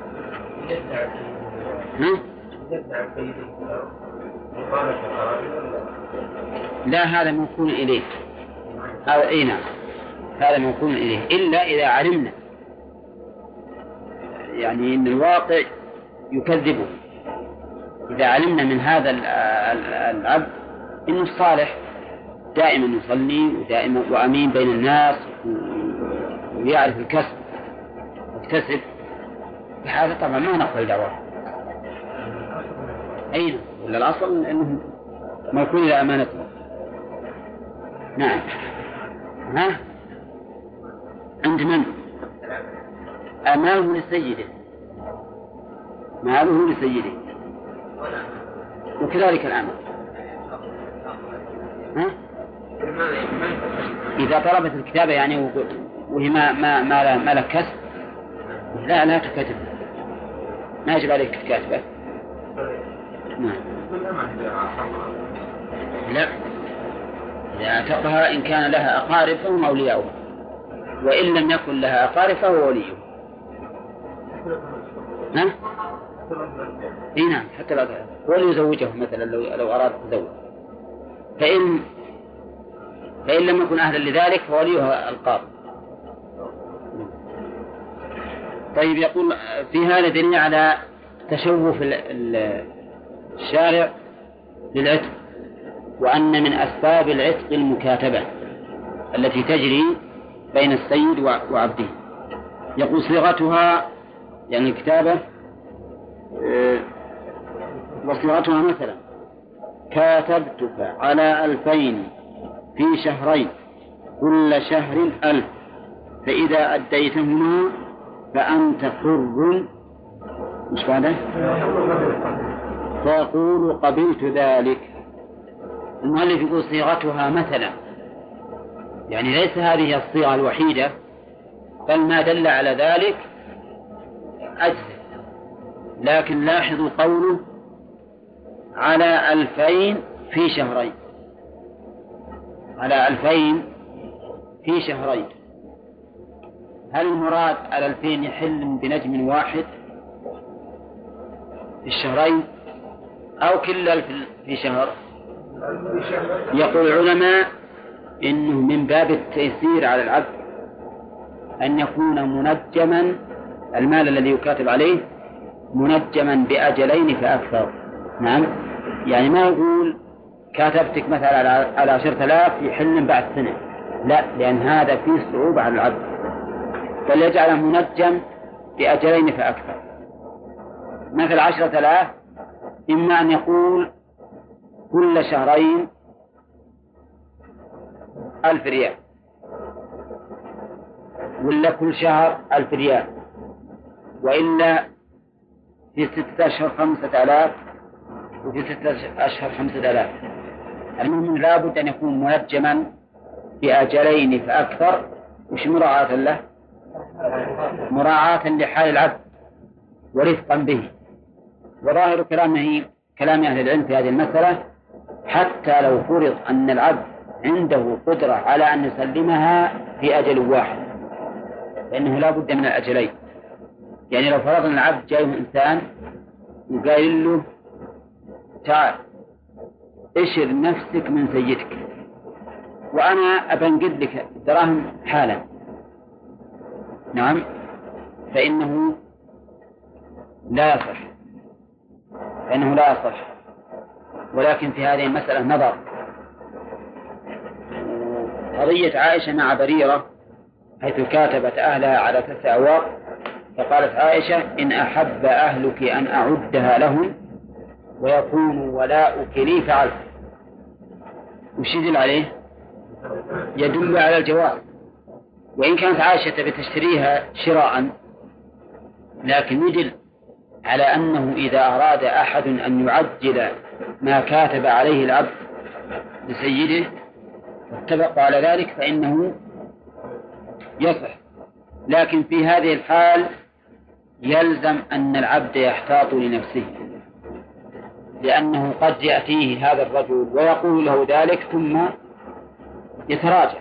لا، هذا موكول إليه، أو نعم، هذا موكول إليه إلا إذا علمنا يعني إن الواقع يكذبه. إذا علمنا من هذا العبد إنه صالح دائما يصلي ودائما وأمين بين الناس ويعرف الكسب يكتسب، هذا طبعا ما نقبل دعواه. أين ولا الأصل أنه موكول إلى أمانته. نعم. ها عند من؟ ماله لسيده، ماله لسيده، وكذلك الأمر. ها؟ إذا طلبت الكتابة يعني وهي ما لك كسب لا تكتب، ما يجب عليك كاتبة. نعم. لا، إذا اعتقها إن كان لها أقارب فهم أولياؤه، وإن لم يكن لها أقارب فهو وليه. ها؟ نعم، حتى لا وليزوجه مثلا لو أراد تزوج، فإن لم يكن أهلا لذلك فوليها القاضي. طيب، يقول في هذا دليل على تشوف الشارع للعتق، وأن من أسباب العتق المكاتبة التي تجري بين السيد وعبده. يقول صيغتها يعني الكتابة، وصيغتها مثلا كاتبتك على 2000 في شهرين كل شهر 1000 فإذا أديتهما فأنت حر، مش بعده، فيقول قبلت ذلك. المؤلف يقول صيغتها مثلا، يعني ليس هذه الصيغة الوحيدة، بل ما دل على ذلك أجزاء. لكن لاحظوا قوله على 2000 في شهرين، على 2000 في شهرين. هل المراد على 2000 يحل بنجم واحد في الشهرين أو كل 1000 في شهر؟ يقول العلماء إنه من باب التيسير على العبد أن يكون منجما، المال الذي يكاتب عليه منجما بأجلين فأكثر. نعم، يعني ما يقول كاتبتك مثلا على 10,000 يحل بعد سنة، لا، لأن هذا فيه صعوبة على العبد، بل يجعله منجم بأجلين فأكثر. مثل 10,000 إما أن يقول كل شهرين 1000 ريال، ولا كل شهر 1000 ريال، وإلا في 6 أشهر 5000 وفي 6 أشهر 5000. المهم لا بد أن يكون منجما بأجلين فأكثر. وش مراعاة له؟ مراعاة لحال العبد ورفقا به. وظاهر كلام أهل العلم في هذه المسألة حتى لو فرض أن العبد عنده قدرة على أن يسلمها في أجل واحد فإنه لا بد من الأجلين. يعني لو فرضنا العبد جاء إنسان وقال له تعال اشر نفسك من سيدك وأنا أبنقد لك دراهم حالا، نعم، فإنه لا يصح، ولكن في هذه المسألة نظر. قضية عائشة مع بريرة حيث كاتبت أهلها على 9 أواق، فقالت عائشة إن أحب أهلك أن أعدها لهم ويكون ولاؤك لي فعلت. وش يدل عليه؟ يدل على الجواز، وإن كانت عائشة بتشتريها شراء، لكن يدل على أنه إذا أراد أحد أن يعجل ما كاتب عليه العبد لسيده واتفق على ذلك فإنه يصح. لكن في هذه الحال يلزم أن العبد يحتاط لنفسه، لأنه قد يأتيه هذا الرجل ويقول له ذلك ثم يتراجع،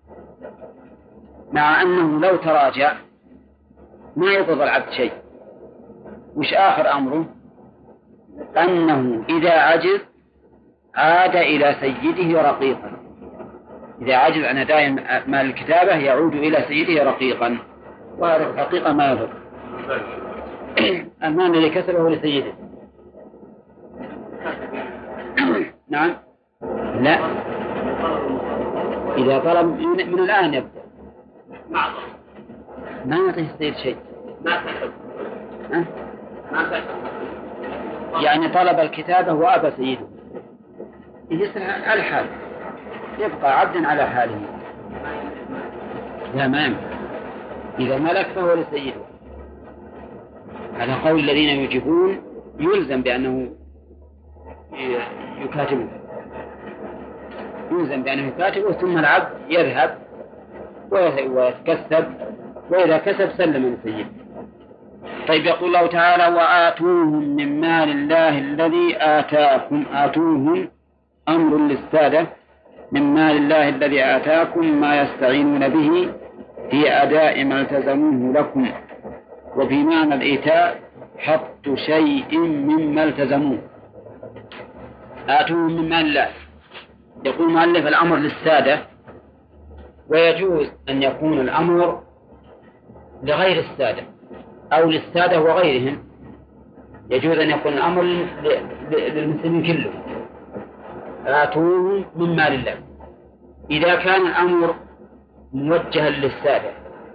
مع أنه لو تراجع ما يضر العبد شيء. وش آخر أمره؟ أنه إذا عجز عاد إلى سيده رقيقا. إذا عجز عن أداء مال الكتابة يعود إلى سيده رقيقا، وهذا الحقيقة ما يضر. المال الذي كسبه لسيده. نعم. لا، إذا طلب من الآن يبدأ ما يعطيه السيد شيء. يعني طلب الكتابة وأبى سيده يصير على حاله، يبقى عبدا على حاله. لا، ما ينفع. إذا ملك فهو لسيده. على قول الذين يجيبون يلزم بأنه يكاتبه، يلزم بأنه يكاتبه، ثم العبد يذهب ويتكسب، وإذا كسب سلم لسيده. طيب، يقول الله تعالى: وآتوهم من مال الله الذي آتاكم. آتوهم أمر للسادة، من مال الله الذي آتاكم ما يستعينون به في أداء ما التزموه لكم. وفي معنى الإيتاء حط شيء مما التزموه. آتوهم من مال الله. يقول مؤلف: الأمر للسادة، ويجوز أن يكون الأمر لغير السادة أو للسادة وغيرهم. يجوز أن يكون الأمر للمسلمين كلهم. آتوهم من مال الله. إذا كان الأمر موجها للسادة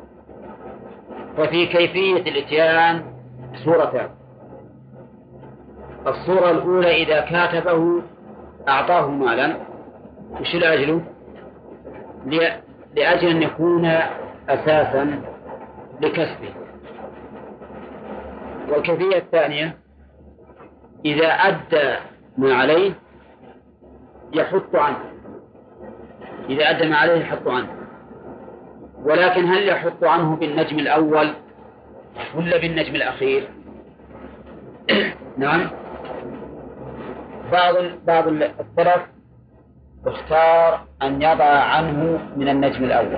ففي كيفية الإتيان صورتان. الصورة الأولى: إذا كاتبه أعطاه مالا. وش لأجله؟ لأجل أن يكون أساسا لكسبه. والكيفية الثانية: إذا أدى ما عليه يحط عنه. إذا أدى ما عليه يحط عنه. ولكن هل يحط عنه بالنجم الأول ولا بالنجم الأخير؟ نعم. بعض السلف اختار أن يضع عنه من النجم الأول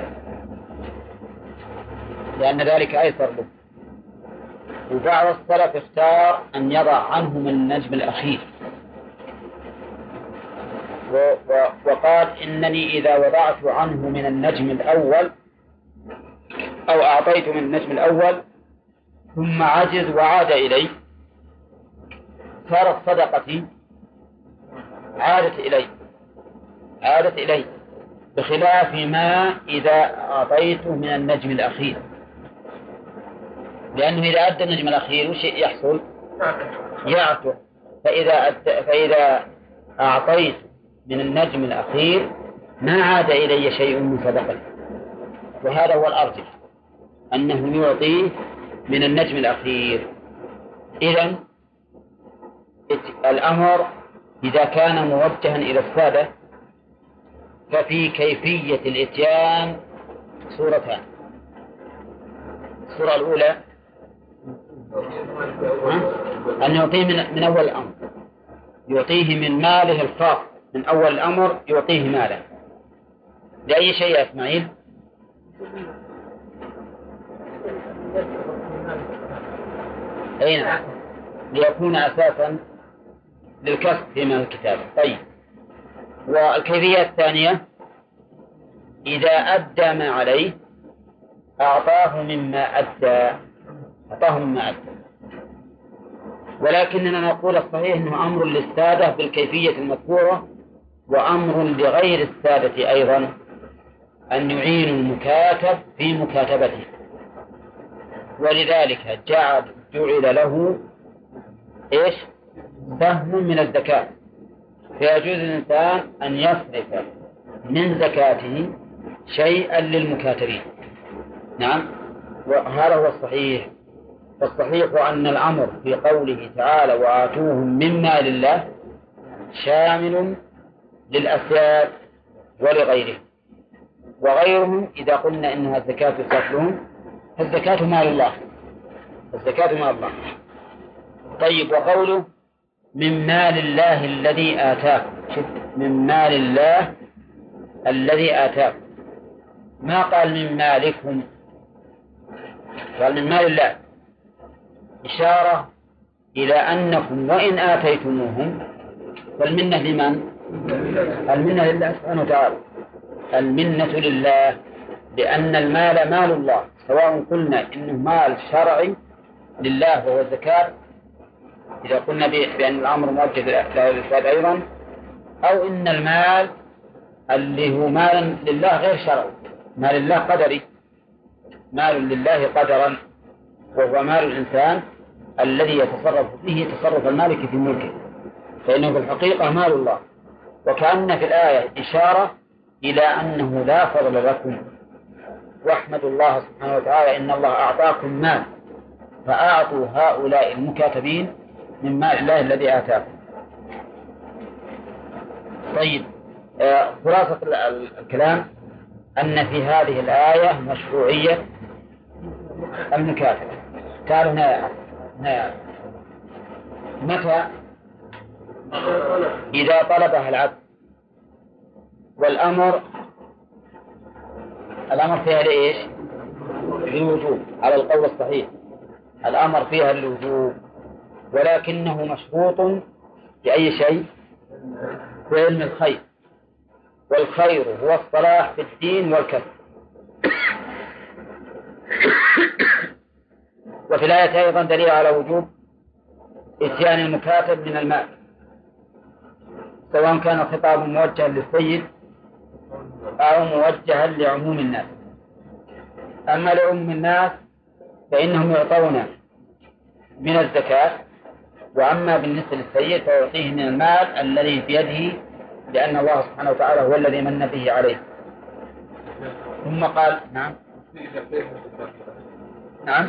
لأن ذلك أيسر له، وبعض السلف اختار أن يضع عنه من النجم الأخير، وقال: إنني إذا وضعت عنه من النجم الأول أو أعطيت من النجم الأول ثم عجز وعاد إلي صارت صدقتي عادت إلي، بخلاف ما إذا أعطيته من النجم الأخير، لأنه إذا أدى النجم الأخير وش يحصل؟ يعتق. فإذا أعطيت من النجم الأخير ما عاد إلي شيء من صدقته. وهذا هو الأرجح، أنه يعطيه من النجم الأخير. إذن الأمر إذا كان موجها إلى السادة ففي كيفية الإتيان صورتان. الصورة الأولى أن يعطيه من أول الأمر، يعطيه من ماله الخاص من أول الأمر، يعطيه ماله لأي شيء يا إسماعيل؟ أين؟ ليكون أساسا للكسب في مال الكتابة. طيب، والكيفية الثانية: إذا أدى ما عليه أعطاه مما أدى. ولكننا نقول الصحيح أنه أمر للسادة بالكيفية المذكورة، وأمر لغير السادة أيضا أن يعينوا المكاتب في مكاتبته. ولذلك جعل له إيش؟ سهم من الزكاة، فيجوز الإنسان أن يصرف من زكاته شيئا للمكاتبين. نعم، وهذا هو الصحيح. فالصحيح أن الأمر في قوله تعالى: وآتوهم من مال الله، شامل للأسياد ولغيرهم. وغيرهم إذا قلنا إنها الزكاة تصرف لهم، الزكاة مال الله، الزكاة مال الله. طيب، وقوله من مال الله الذي آتاكم، من مال الله الذي آتاكم، ما قال من مالكم، قال من مال الله، إشارة إلى أنكم وإن آتيتموهم فالمنة لمن؟ المنة لله سبحانه وتعالى، المنة لله، لأن المال مال الله، سواء قلنا إنه مال شرعي لله وهو الزكاة إذا قلنا بأن الأمر موجه له الإفراد أيضا، أو إن المال اللي هو مال لله غير شرعي، مال الله قدري، مال لله قدرا، وهو مال الإنسان الذي يتصرف فيه تصرف المالك في ملكه، فإنه في الحقيقة مال الله. وكأن في الآية إشارة إلى أنه لا فضل لكم، واحمدوا الله سبحانه وتعالى إن الله أعطاكم مال، فأعطوا هؤلاء المكاتبين من مال الله الذي آتاكم. طيب، خلاصة الكلام أن في هذه الآية مشروعية المكاتبة. تعالوا هنا متى؟ إذا طلبها العبد، والأمر فيها لإيش؟ للوجوب على القول الصحيح، الأمر فيها للوجوب، ولكنه مشروط بأي شيء؟ في علم الخير، والخير هو الصلاح في الدين والكسب. وفي الآية أيضا دليل على وجوب إتيان المكاتب من المال، سواء كان الخطاب موجها للسيد أو موجها لعموم الناس. أما لعموم الناس فإنهم يعطون من الزكاة، وأما بالنسبة للسيد فيعطيه من المال الذي بيده، لأن الله سبحانه وتعالى هو الذي من به عليه. ثم قال نعم نعم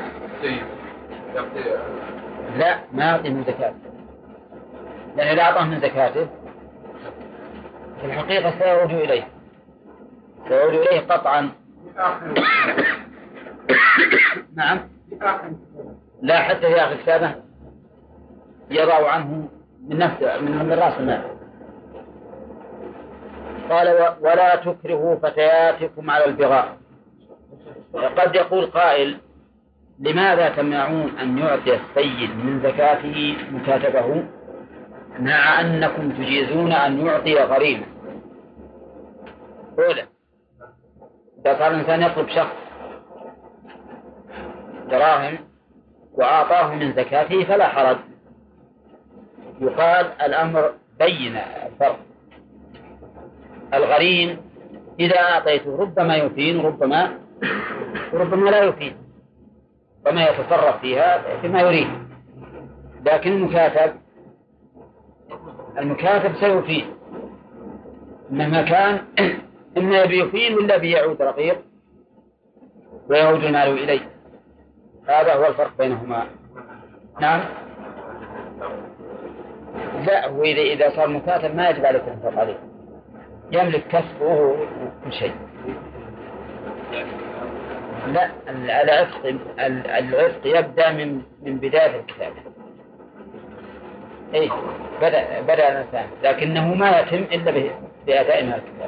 لا، ما يعطي من زكاته، لأن إذا أعطاه من زكاته في الحقيقة سيعود إليه قطعا. نعم، لا، حتى في آخر كتابه يضع عنه من نفسه من رأس المال. قال ولا تكرهوا فتياتكم على البغاء. قد يقول قائل لماذا تمنعون أن يعطي السيد من زكاته مكاتبه مع أنكم تجيزون أن يعطي غريمه؟ أولا، إذا صار الإنسان يطلب شخص دراهم وأعطاه من زكاته فلا حرج، يقال الأمر بين الفرق. الغريم إذا أعطيته ربما يفيد وربما لا يفيد، وما يتصرف فيها فيما يريد. لكن المكاتب سيفيد مهما كان، إما يفيد ولا بيعود رقيق ويعود المال إليه. هذا هو الفرق بينهما. نعم، لا، هو إذا صار مكاتب ما يجب عليك الانفاق عليه، يملك كسبه وكل شيء. لا، العتق يبدأ من بداية الكتاب. إيه، بدأ الإنسان، لكنه ما يتم إلا بأداء مال الكتاب.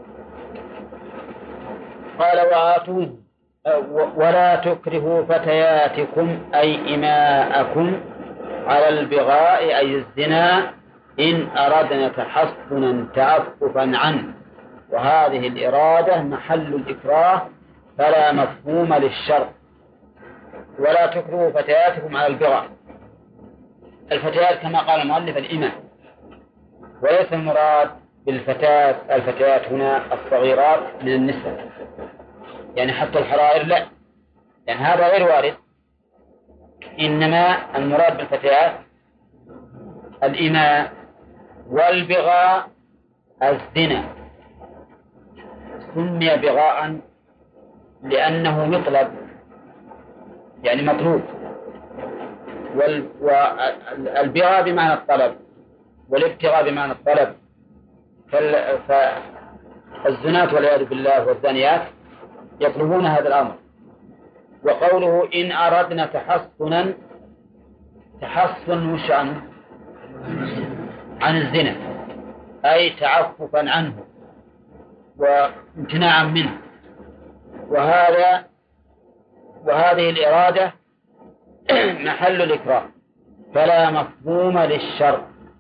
قال وآتون ولا تكرهوا فتياتكم أي إماءكم على البغاء أي الزنا إن أردنا تحصنا تعففا عنه، وهذه الإرادة محل الإكراه فلا مفهوم للشرط. ولا تكرهوا فتياتكم على البغاء. الفتيات كما قال المؤلف الإماء، وليس المراد الفتيات هنا الصغيرات من النساء، يعني حتى الحرائر لا، يعني هذا غير وارد. إنما المراد بالفتيات الإماء، والبغاء الزنا. سمي بغاء لأنه يطلب، يعني مطلوب، والبغاء بمعنى الطلب، والابتغاء بمعنى الطلب. فالزنات والعياذ بالله والزانيات يطلبون هذا الأمر. وقوله إن أردنا تحصنا، تحصن وش عنه؟ عن الزنا، أي تعففا عنه وامتناعا منه. وهذه الإرادة محل الإكراه، فلا مفهوم للشرط.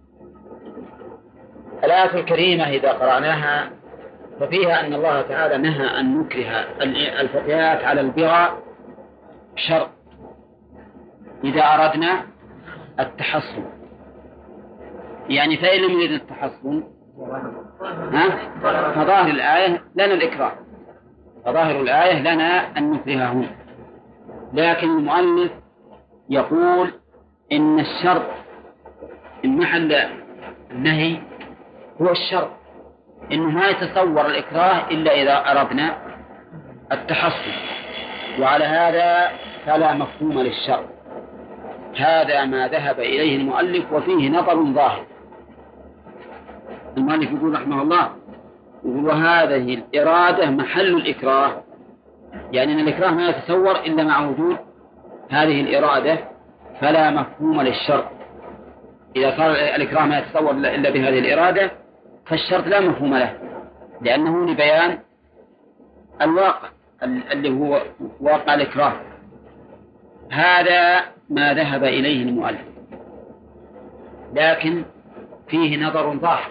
الآية الكريمة إذا قرأناها ففيها أن الله تعالى نهى أن نكره الفتيات على البغاء شرط إذا أردنا التحصن. يعني فإن لم يرد التحصن فظاهر الآية لنا الإكراه، فظاهر الآية لنا أن نكرههم. لكن المؤلف يقول إن الشرط إن محل النهي هو الشرط، إنه ما يتصور الإكراه إلا إذا أردنا التحصن، وعلى هذا فلا مفهوم للشرط. هذا ما ذهب إليه المؤلف وفيه نظر ظاهر. المؤلف يقول رحمه الله، يقول وهذه الإرادة محل الإكراه، يعني أن الإكراه ما يتصور إلا مع وجود هذه الإرادة، فلا مفهوم للشرط. إذا صار الإكراه ما يتصور إلا بهذه الإرادة فالشرط لا مفهوم له، لأنه لبيان الواقع اللي هو واقع الإكراه. هذا ما ذهب إليه المؤلف، لكن فيه نظر ظاهر،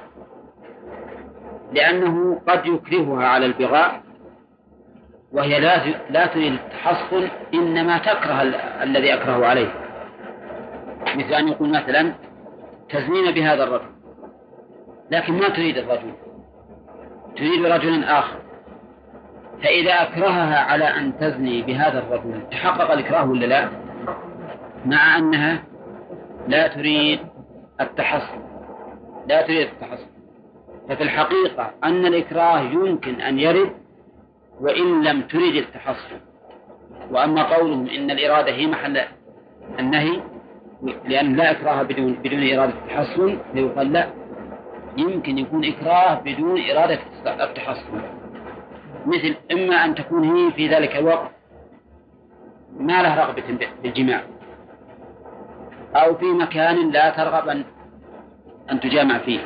لأنه قد يكرهها على البغاء وهي لا تريد التحصن، إنما تكره الذي أكره عليه، مثل أن يقول مثلا تزنين بهذا الرجل، لكن ما تريد الرجل، تريد رجلا آخر، فإذا أكرهها على أن تزني بهذا الرجل تحقق الإكراه ولا لا؟ مع أنها لا تريد التحصن، لا تريد التحصن. ففي الحقيقة أن الإكراه يمكن أن يرد وإن لم تريد التحصن. وأما قولهم إن الإرادة هي محل النهي لأن لا إكراه بدون إرادة التحصن، يقال لا، يمكن يكون إكراه بدون إرادة التحصن، مثل إما أن تكون هي في ذلك الوقت ما له رغبة بالجماع، أو في مكان لا ترغب أن تجامع فيه،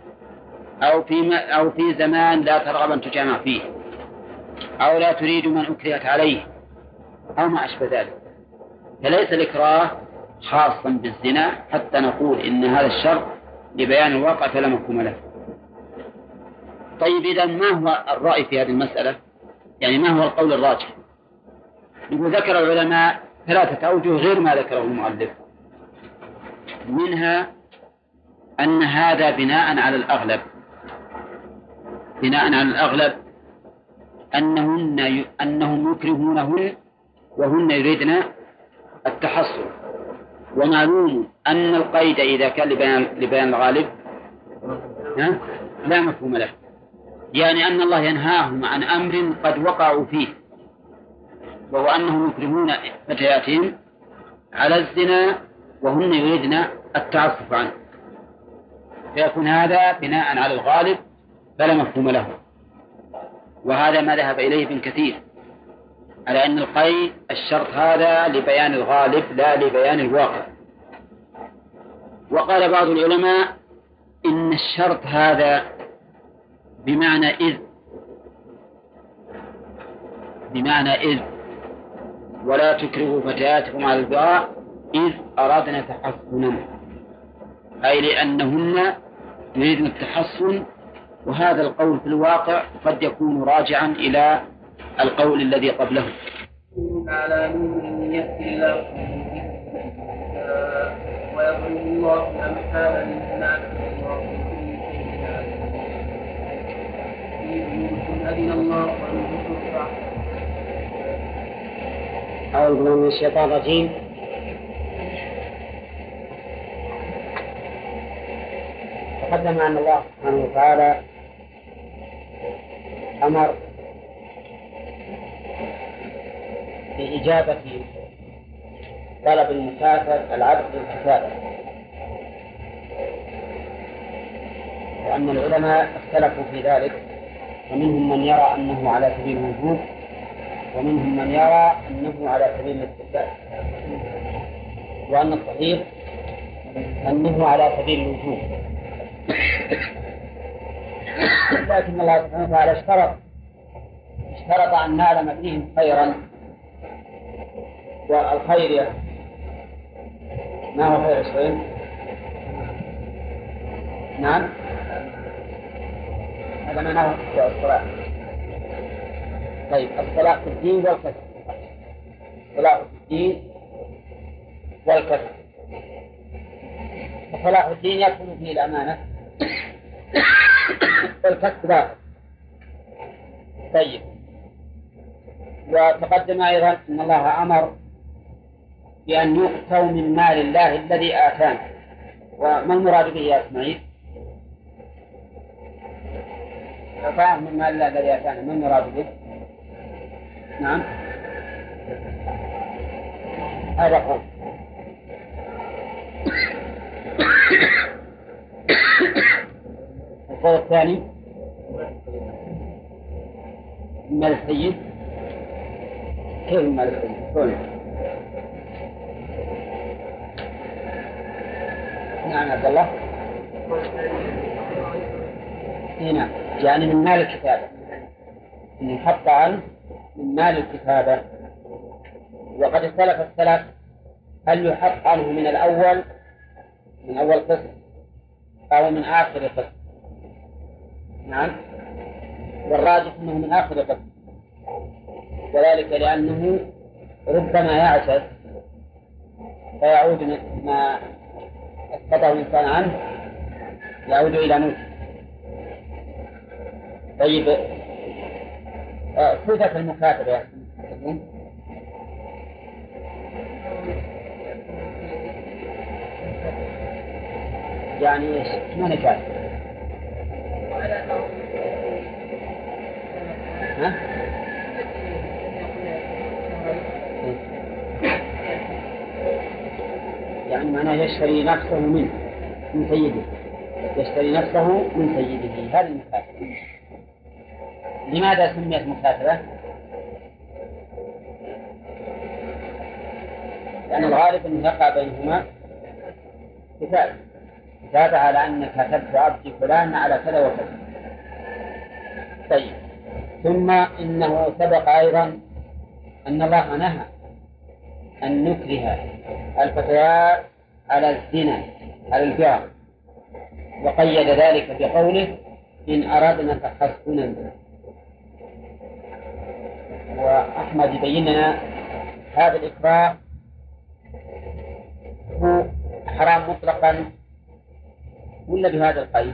أو في زمان لا ترغب أن تجامع فيه، أو لا تريد من أكرهت عليه، أو ما أشبه ذلك. فليس الإكراه خاصا بالزنا حتى نقول إن هذا الشرط لبيان الواقع فلا مفهوم له. طيب إذا ما هو الرأي في هذه المسألة؟ يعني ما هو القول الراجح؟ يقول ذكر العلماء 3 أوجه غير ما ذكره المؤلف، منها أن هذا بناء على الأغلب أنهم يكرهونهن وهن يريدن التحصن. ومعلوم أن القيد إذا كان لبيان الغالب لا مفهوم له، يعني أن الله ينهاهم عن أمر قد وقعوا فيه، وهو أنهم يكرهون فتياتهم على الزنا وهن يريدن التعفف عنه، فيكون هذا بناء على الغالب فلا مفهوم له. وهذا ما ذهب إليه ابن كثير، على أن القيد الشرط هذا لبيان الغالب لا لبيان الواقع. وقال بعض العلماء إن الشرط هذا بمعنى إذ ولا تكرهوا فتياتكم على البغاء إذ أردنا تحصنا، أي لأنهن يريدن التحصن. وهذا القول في الواقع قد يكون راجعا إلى القول الذي قبله. على نور يهدي الله ويضرب الله الأمثال للناس والله أذن الله أن ترفع. أعوذ بالله من الشيطان الرجيم. تقدم أن الله سبحانه وتعالى أمر بإجابة طلب المسافر العبد للكتابة، وأن العلماء اختلفوا في ذلك، ومنهم من يرى أنه على سبيل الوجوب، ومنهم من يرى أنه على سبيل الاستحباب، وأن الصحيح أنه على سبيل الوجوب. لكن الله سبحانه وتعالى اشترط أن نعلم فيهم خيرا، والخير ما هو خير الشيء؟ نعم، هذا معناه الصلاة. طيب، الصلاة في الدين والكسب. الصلاة في الدين والكسب. الصلاة في الدين يكون فيه الأمانة والكسب باطل. طيب، وتقدم أيضا أن الله أمر بأن يؤتوا من مال الله الذي آتانا. وما المراد به يا إسماعيل؟ أعطاهم من مال الله الذي آتانا، ما المراد به؟ نعم، هذا قول. القول الثاني مال السيد. كيف مال السيد؟ نعم عبد الله. هنا يعني من مال الكتابة، إن يحط عنه من مال الكتابة. وقد اختلف السلف هل يحط عنه من الأول، من أول قسم، أو من آخر قسم. نعم، والراجح أنه من آخر قسم، وذلك لأنه ربما يعجز فيعود ما أسقطه الإنسان عنه، يعود إلى موته. طيب، صفة المكاتبة يا أخي يعني إيش؟ ما نكاتب؟ ها؟ يعني معناه يشتري نفسه من سيده، يشتري نفسه من سيده. هذه المكاتبة. لماذا سميت مكاتبة؟ لأن الغالب أنه يقع بينهما كتابة على أنك كتبت عبد فلان على كذا وكذا. طيب، ثم إنه سبق أيضا أن الله نهى أن نكره الفتيات على الزنا، على البغي، وقيد ذلك بقوله إن أردنا تحسنا. وأحمد يبين لنا هذا الإكراه هو حرام مطلقا ولا بهذا القيد؟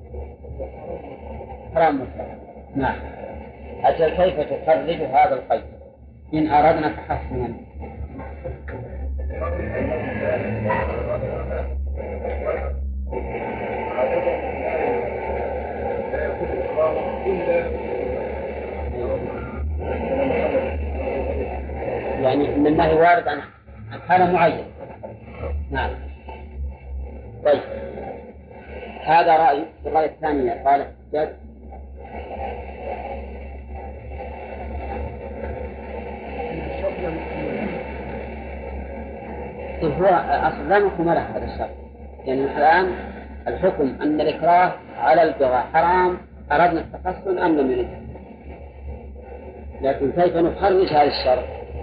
حرام مطلقا. نعم، أجل كيف تخرج هذا القيد إن أردنا تحسنا؟ يعني إن النهي وارد عن حالة معينة. نعم. طيب، هذا رأي. الرأي الثاني قال الحجاج هو أصلا لا نحكم له هذا الشرط. يعني الآن الحكم أن الإكراه على البغاء حرام، أردنا التحسن أم لم نريد. لكن كيف نخرج هذا الشرط؟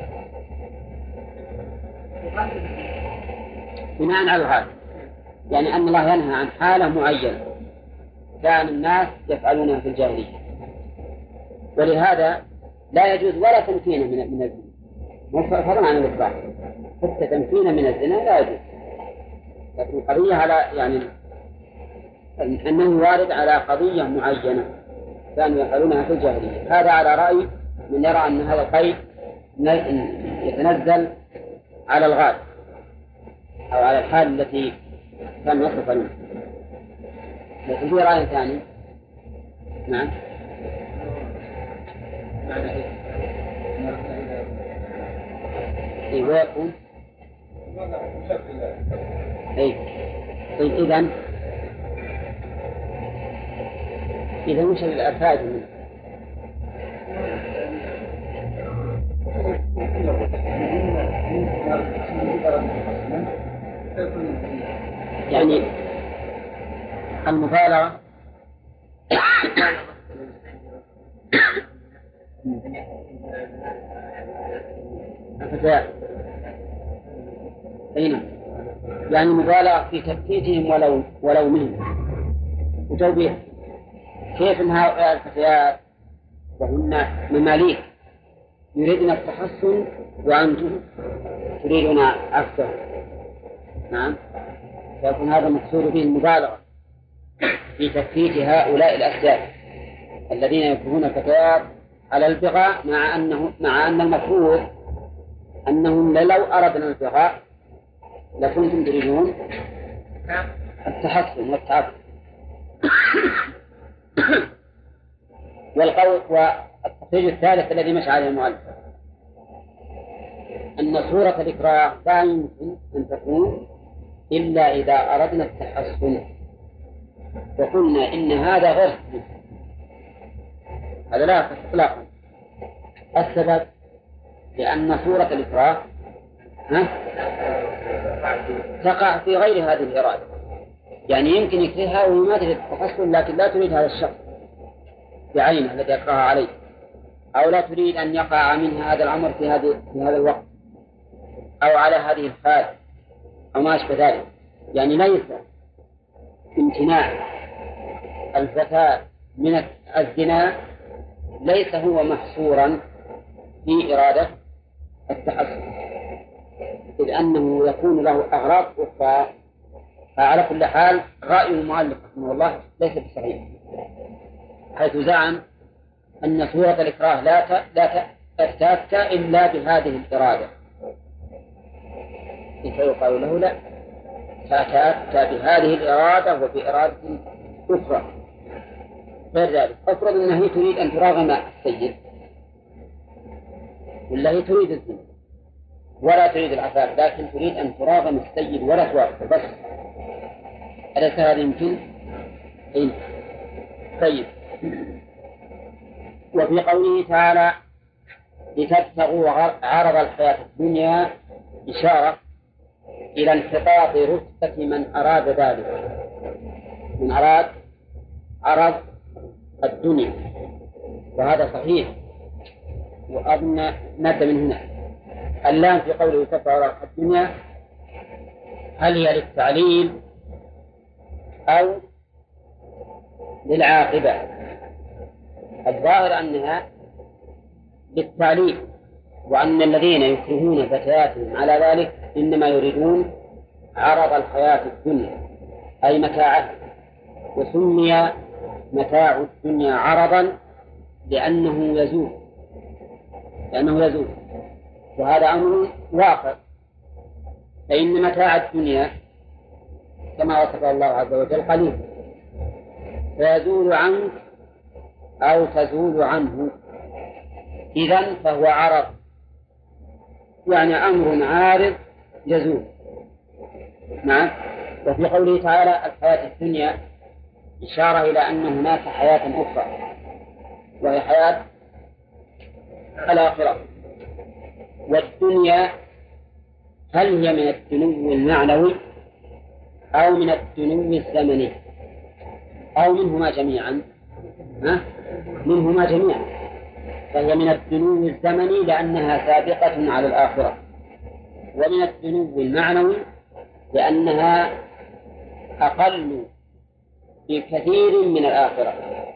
بناء على الغالب، يعني أن الله ينهى عن حالة معينة كان الناس يفعلونها في الجاهلية، ولهذا لا يجوز ولا تمكين من الزنا، فضلا عن الإكراه، حتى تمكين من الزنا لا يجوز. لكن القضية على يعني أنه وارد على قضية معينة كانوا يفعلونها في الجاهلية. هذا على رأي من يرى أن هذا القيد يتنزل على الغالب أو على الحال التي كان يصف عنه. لكن في رأي ثاني. نعم. إيه ويكون إيه. طيب إذن إذا مش الفائدة منه يعني المبالغة الفتيات أين يعني مبالغة في تفتيتهم ولو منهم وتوبيخ. كيف ان هؤلاء الفتيات وهن مماليك يريدون التحسن وأنتم تريدون عكسه؟ نعم، فيكون هذا المقصود به المبالغة في تفتيت هؤلاء الأسياد الذين يكرهون الفتيات على البغاء، مع أن المفروض أنهم لو أردنا البغاء لكنتم تريدون التحسن والتعفف. والقول والتخريج الثالث الذي مشى عليه المؤلف أن صورة الإكراه لا يمكن أن تكون إلا إذا أردنا التحسن، وقلنا إن هذا غير صحيح، هذا لا إطلاقا. السبب لأن صورة الإكراه تقع في غير هذه الإرادة، يعني يمكن يكرهها وهي ما تريد التحسن لكن لا تريد هذا الشخص بعينه الذي يكرهها عليه، أو لا تريد أن يقع منها هذا الأمر في هذا الوقت أو على هذه الحال أو ما أشبه ذلك. يعني ليس امتناع الفتاة من الزنا ليس هو محصورا في إرادة التحسن، إذ أنه يكون له أغراض أخرى. فعلى كل حال رأي المؤلف رحمه الله ليس بصحيح، حيث زعم أن صورة الإكراه لا تتأتى إلا بهذه الإرادة، فيقال له لا، تتأتى بهذه الإرادة وبإرادة أخرى غير ذلك. أفرض أنها هي تريد أن تراغم السيد ولا هي تريد الزنا ولا تريد العفاف، لكن تريد أن تراغم السيد ولا توافق بس، أليس هذا يمكن؟ إيه. طيب، وفي قوله تعالى لتبتغوا عرض الحياة الدنيا إشارة إلى انحطاط رتبة من أراد ذلك، من أراد عرض الدنيا، وهذا صحيح. وأظن مادة من هنا اللام في قوله لتبتغوا عرض الدنيا هل هي للتعليل أو للعاقبة؟ الظاهر أنها للتعليل، وأن الذين يكرهون فتياتهم على ذلك إنما يريدون عرض الحياة الدنيا أي متاعه، وسمي متاع الدنيا عرضا لأنه يزول، وهذا أمر واقع. فإن متاع الدنيا كما وصف الله عز وجل قليل، فيزول عنك أو تزول عنه، إذن فهو عرض، يعني أمر عارض يزول. نعم. وفي قوله تعالى الحياة الدنيا إشارة إلى أن هناك حياة أخرى وهي حياة الآخرة. والدنيا هل هي من الدنو المعنوي أو من الدنو الزمني أو منهما جميعا؟ منهما جميعا. فهي من الدنو الزمني لأنها سابقة على الآخرة، ومن الدنو المعنوي لأنها أقل بكثير من الآخرة،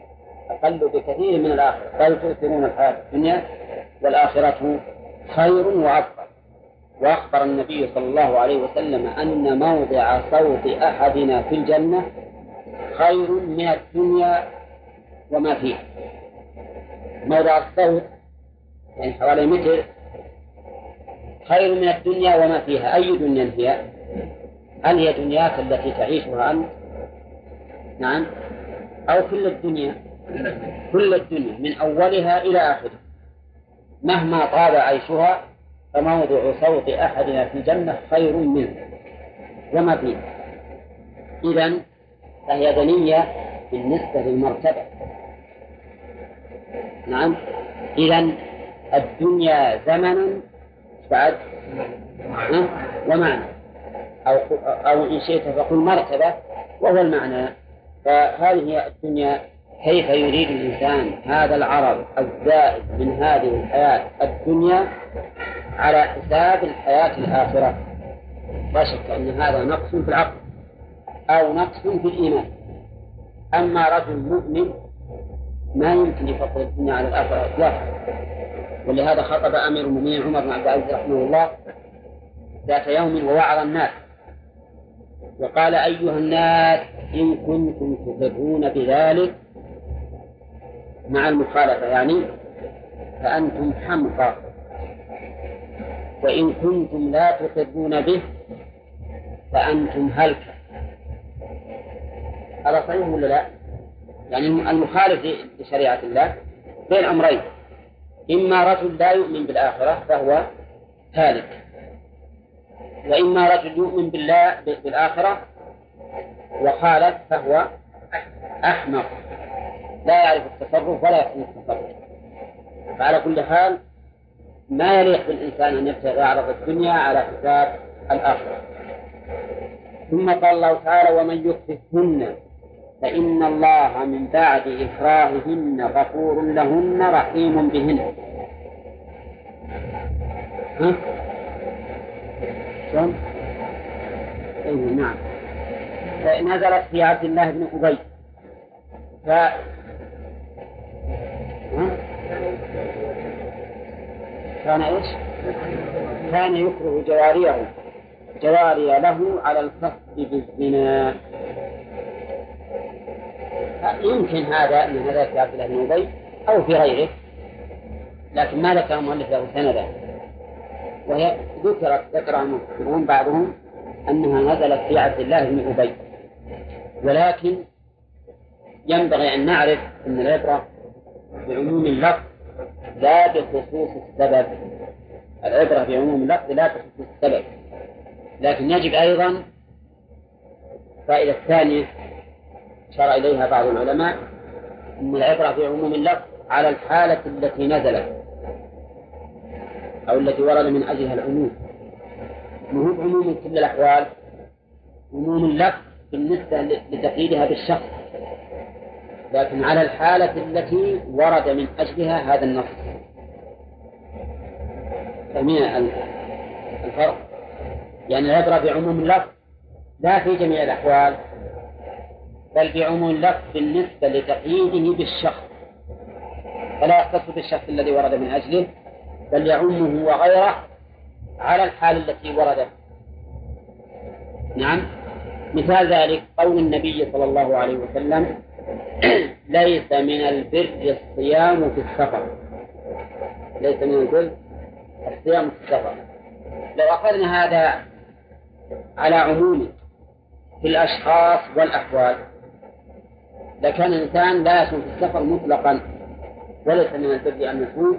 بل تؤثرون الحياة الدنيا والآخرة خير وأبقى. وأخبر النبي صلى الله عليه وسلم أن موضع صوت أحدنا في الجنة خير من الدنيا وما فيها. موضع الصوت يعني حوالي متر خير من الدنيا وما فيها. أي دنيا هي؟ هل هي دنياك التي تعيشها أنت؟ نعم. أو كل الدنيا؟ كل الدنيا من أولها إلى آخرها مهما طاب عيشها، فموضع صوت أحدنا في الجنة خير منه وما فيه. إذن فهي دنية بالنسبة للمرتبة، نعم. إذن الدنيا زمنا بعد ومعنى، أو إن شئت فقل مرتبة وهو المعنى. فهذه هي الدنيا، كيف يريد الإنسان هذا العرض الزائد من هذه الحياة الدنيا على حساب الحياة الآخرة. لا شك أن هذا نقص في العقل أو نقص في الإيمان. أما رجل مؤمن ما يمكن يفضل الدنيا على الآخرة إطلاقا. ولهذا خطب أمير المؤمنين عمر بن عبد العزيز رحمه الله ذات يوم ووعظ الناس وقال: أيها الناس، إن كنتم تقرون بذلك مع المخالفة يعني فأنتم حمقى، وإن كنتم لا تقرون به فأنتم هلكة. هذا صحيح ولا لا؟ يعني المخالف لشريعة الله بين أمرين: إما رجل لا يؤمن بالآخرة فهو هالك، وإما رجل يؤمن بالآخرة وخالف فهو أحمق لا يعرف التصرف ولا يحسن التصرف. فعلى كل حال ما يليق بالإنسان أن يبتغي عرض الدنيا على حساب الآخرة. ثم قال الله تعالى: ومن يكرههن فإن الله من بعد إكراههن غفور لهن رحيم بهن. شلون؟ نعم. نزلت في عبد الله بن أبي كان إيش؟ كان يكره جواري له على الكف بالزنا. يمكن هذا من نزلت في عبد الله بن أبي أو في غيره، لكن ما ذكر المؤلف له سندا، وهي ذكر المفسرون بعضهم أنها نزلت في عبد الله بن أبي. ولكن ينبغي أن نعرف أن العبرة بعموم اللفظ لا بخصوص السبب. العبرة بعموم اللفظ لا بخصوص السبب. لكن يجب أيضا فائدة ثانية شرع إليها بعض العلماء، أن العبرة بعموم اللفظ على الحالة التي نزلت أو التي ورد من أجلها العموم، مو بعموم كل الأحوال، عموم اللفظ بالنسبة لتقييدها بالشخص، لكن على الحالة التي ورد من أجلها هذا النص. فمن الفرق يعني العبرة بعموم اللفظ لا في جميع الأحوال، بل بعموم اللفظ بالنسبة لتقييده بالشخص، فلا يختص بالشخص الذي ورد من أجله، بل يعمه وغيره على الحال التي وردت. نعم. مثال ذلك قول النبي صلى الله عليه وسلم: ليس من البر الصيام في السفر. ليس من البر الصيام في السفر. لو أخذنا هذا على عمومه في الأشخاص والأحوال لكان الإنسان لا يصوم في السفر مطلقا، وليس من البر أن يصوم،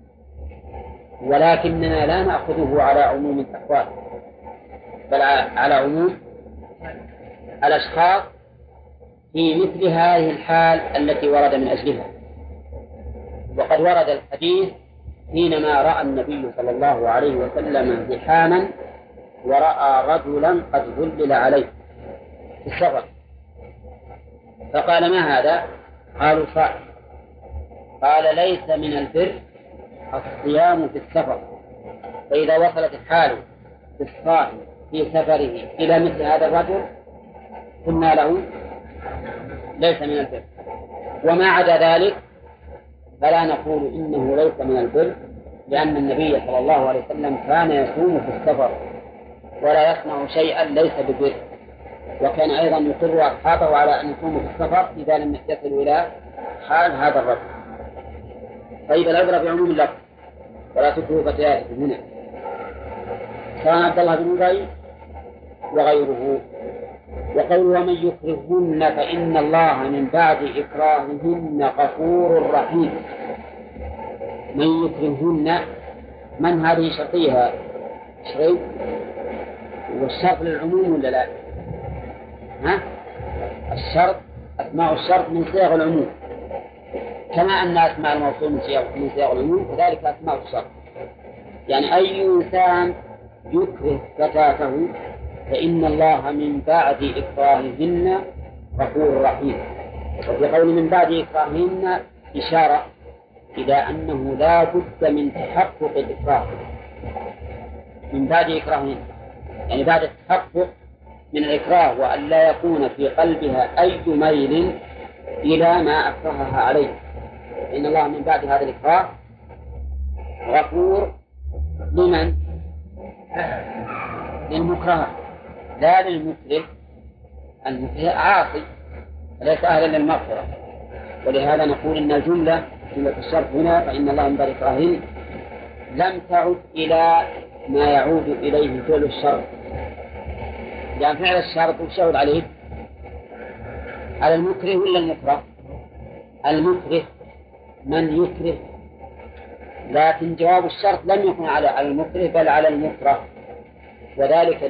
ولكننا لا نأخذه على عموم الأحوال بل على عموم الأشخاص في مثل هذه الحال التي ورد من أجلها. وقد ورد الحديث حينما رأى النبي صلى الله عليه وسلم زحاما ورأى رجلا قد ظلل عليه في السفر، فقال: ما هذا؟ قالوا: صائم. قال: ليس من البر الصيام في السفر. فإذا وصلت الحال بالصائم في سفره إلى مثل هذا الرجل قلنا له ليس من البر، وما عدا ذلك فلا نقول إنه ليس من البر، لأن النبي صلى الله عليه وسلم كان يصوم في السفر ولا يصنع شيئا ليس ببر، وكان أيضا يقر أصحابه على أن يصوموا في السفر إذا لم يتصلوا إلى حال هذا الرجل. طيب، العبرة بعموم اللفظ ولا تكرهوا فتياتكم هنا، كان عبد الله بن أبي وغيره. وقول: ومن يكرههن فإن الله من بعد إكراههن غفور رحيم. من يكرههن، من هذه شرطيها؟ شرط، والشرط للعموم ولا لا؟ الشرط، أسماء الشرط من صيغ العموم، كما أن أسماء الموصول من سياق العموم كذلك أسماء الشرط. يعني أي إنسان يكره فتاته فإن الله من بعد إكراههن غفور رحيم. وفي قول من بعد إكراههن إشارة إلى أنه لا بد من تحقق الإكراه من بعد إكراههن، يعني بعد التحقق من الإكراه وأن لا يكون في قلبها أي ميل إلى ما أكرهها عليه، فإن الله من بعد هذا الإكراه غفور لمن؟ للمكره لا للمكره. المكره عاصي ليس أهلا للمغفرة، ولهذا نقول إن جملة الشرط هنا فإن الله من بعد إكراههن لم تعد إلى ما يعود إليه فعل الشرط، لأن فعل الشرط وشهد عليه على المكره ولا المكره؟ المكره من يكره، لكن جواب الشرط لم يكن على المكره بل على المكره، وذلك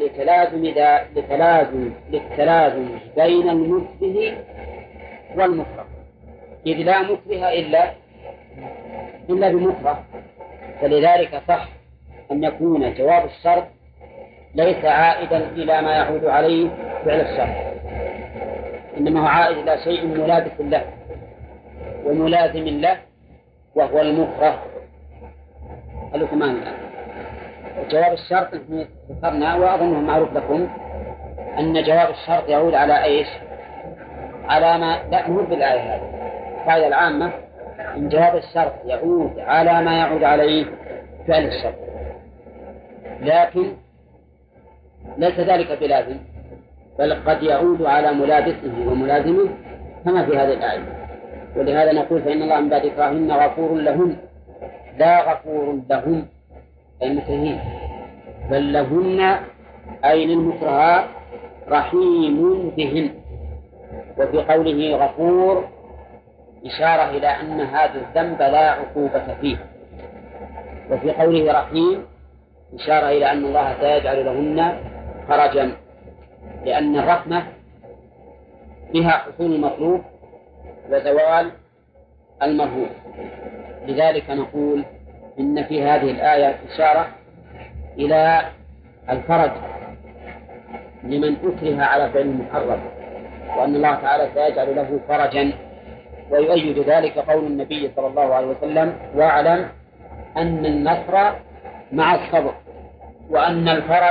للتلازم بين المكره والمكره، إذ لا مكره إلا بمكره، فلذلك صح أن يكون جواب الشرط ليس عائدا إلى ما يعود عليه فعل الشرط، إنما هو عائد إلى شيء ملابس له وملازم له وهو المكره. قال لكم الآن جواب الشرط ذكرنا وأظنه معروف لكم أن جواب الشرط يعود على إيش؟ على ما لا مو بالآية هذه القاعدة العامة إن جواب الشرط يعود على ما يعود عليه فعل الشرط، لكن ليس ذلك بلازم بل قد يعود على ملابسه وملازمه كما في هذه الآية. ولهذا نقول فإن الله من بعد إكراههن غفور لهن، لا غفور لهم المكرهين بل لهن أي للمكرهات رحيم بهن. وفي قوله غفور إشارة إلى أن هذا الذنب لا عقوبة فيه، وفي قوله رحيم إشارة إلى أن الله سيجعل لهن فرجا، لأن الرحمة بها حصول المطلوب وزوال المرهوب. لذلك نقول إن في هذه الآية إشارة إلى الفرج لمن أكره على فعل المحرم، وأن الله تعالى سيجعل له فرجا. ويؤيد ذلك قول النبي صلى الله عليه وسلم واعلم أن النصر مع الصبر وأن الفرج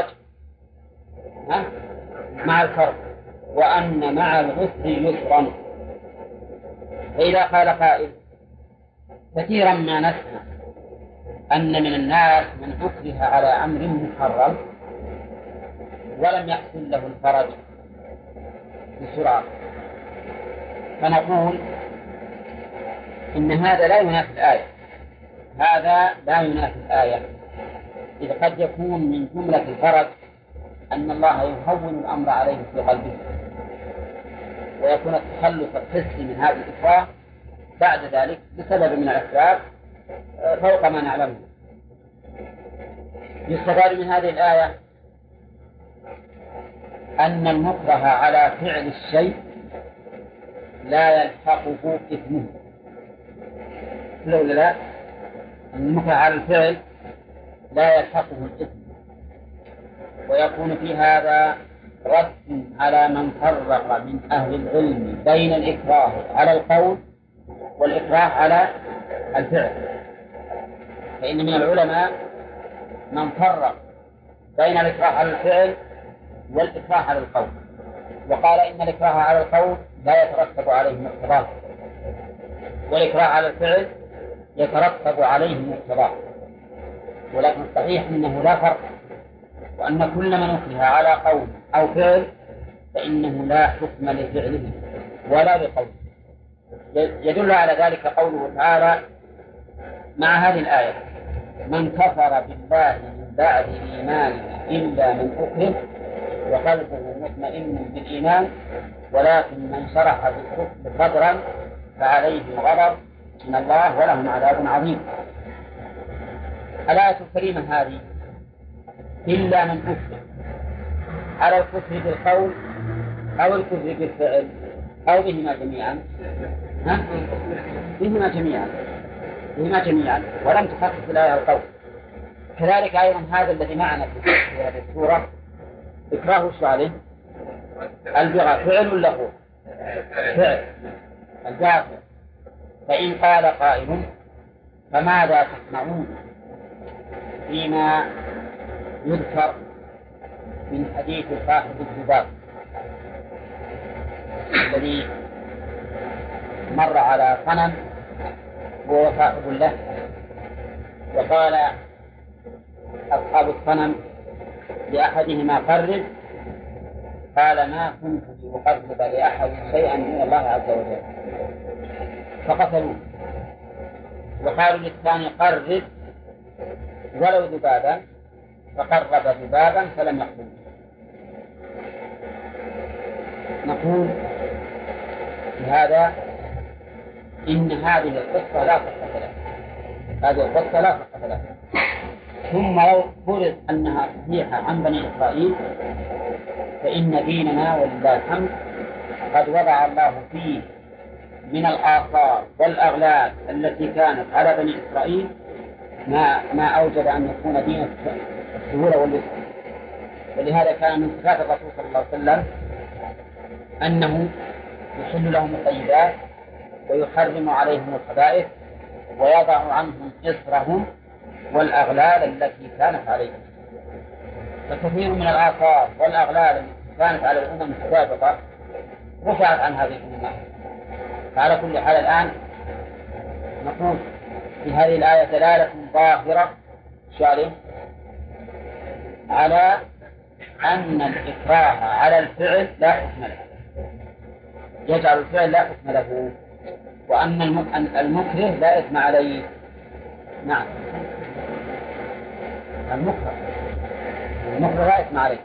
مع الكرب وأن مع العسر يسرا. فإذا قال قائل كثيرا ما نسمع أن من الناس من أكره على أمر محرم ولم يحصل له الفرج بسرعة، فنقول إن هذا لا ينافي الآية، هذا لا ينافي الآية، إذ قد يكون من جملة الفرج أن الله يهون الأمر عليه في قلبه ويكون التخلص الحسي من هذا الإكراه بعد ذلك بسبب من الأسباب فوق ما نعلمه. يستفاد من هذه الآية أن المكره على فعل الشيء لا يلحقه إثمه، لولا لا المكره على الفعل لا يلحقه الإثم، ويكون في هذا رد على من فرق من أهل العلم بين الإكراه على القول والإكراه على الفعل. فإن من العلماء من فرق بين الإكراه على الفعل والإكراه على القول، وقال إن الإكراه على القول لا يترتب عليه مقتضاه والإكراه على الفعل يترتب عليه مقتضاه، ولكن الصحيح أنه لا فرق، وأن كل من أكره على قول أو فعل فإنه لا حكم لفعله ولا لقوله. يدل على ذلك قوله تعالى مع هذه الآية من كفر بالله من بعد إيمانه إلا من أكره وقلبه مطمئن بالإيمان ولكن من شرح بالكفر صدرا فعليه غضب من الله ولهم عذاب عظيم. الآية الكريمة هذه إلا من أكره على الكفر بالقول أو الكفر بالفعل أو بهما جميعا ها؟ فيهما جميعا ولم تخصص الآية القول. كذلك أيضا هذا الذي معنا في هذه السورة إكراه وش عليه؟ البغاء فعل ولا قول؟ فعل البغاء. فإن قال قائل فماذا تصنعون فيما يذكر من حديث صاحب الذباب الذي مر على صنم وهو صاحب له، وقال أصحاب الصنم لأحدهما قرب، قال ما كنت لأقرب لأحد شيئا من الله عز وجل، فقتلوه. وقالوا للثاني قرب ولو ذبابا، فقرب ذبابا فلم يقتله. نقول بهذا إن هذه القصة لا صحة لها، هذه القصة لا صحة لها. ثم لو فرض أنها صحيحة عن بني إسرائيل فإن ديننا ولله الحمد قد وضع الله فيه من الآثار والأغلال التي كانت على بني إسرائيل ما أوجب أن يكون دين السهولة واليسر. ولهذا كان من صفات الرسول صلى الله عليه وسلم أنه يحل لهم الطيبات ويحرم عليهم الخبائث ويضع عنهم إصرهم والأغلال التي كانت عليهم. فكثير من الآثار والأغلال التي كانت على الأمم السابقة رفعت عن هذه الأمة. فعلى كل حال الآن نقول في هذه الآية دلالة ظاهرة على أن الإكراه على الفعل لا حكم له، يجعل الفعل لا حكم له، وأن المكره لا إثم عليه. نعم، المكره لا إثم عليه،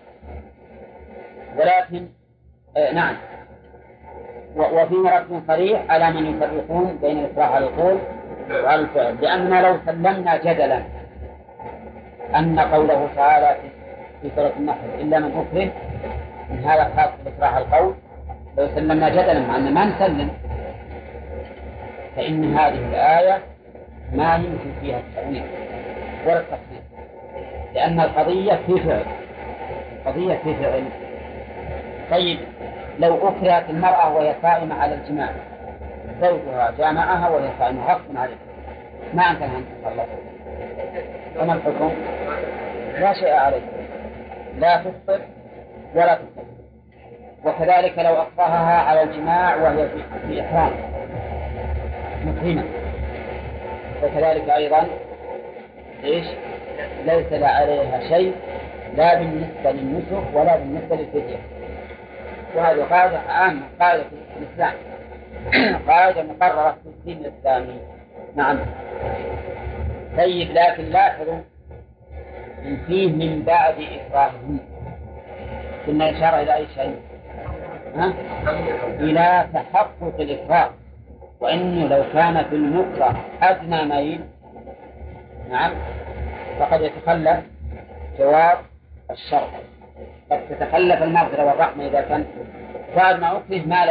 ولكن نعم. وفي رد صريح على من يفرقون بين الإكراه على القول وعلى الفعل، لأننا لو سلمنا جدلا أن قوله تعالى في سورة النحل إلا من أكره من هذا خاص بالإكراه على القول، لو سلمنا جدلا مع أن ما نسلم فإن هذه الآية ما يمكن فيها التأويل ولا التفسير، لأن القضية في فعل. طيب لو أكرهت المرأة وهي قائمة على الجماع، زوجها جامعها وهي قائمة غصب عليها، ما أمكنها أن تتخلص، فما الحكم؟ لا شيء عليه، لا تفطر ولا تفطر. وكذلك لو أكرهها على الجماع وهي في إحرام محرمة، وكذلك أيضا ليس عليها شيء لا بالنسبة للنسك ولا بالنسبة للفدية. وهذه قاعدة عامة، قاعدة في الإسلام، قاعدة مقررة في الدين الإسلامي. نعم. طيب لكن لاحظوا إن فيه من بعد إكراههم كنا إشارة إلى أي شيء؟ إلى تحقق الإكراه، وإنه لو كان في المكره أدنى ميل نعم فقد يتخلف جواب الشرط، قد تتخلف المغفرة والرحمة إذا كان بعد ما أكره مال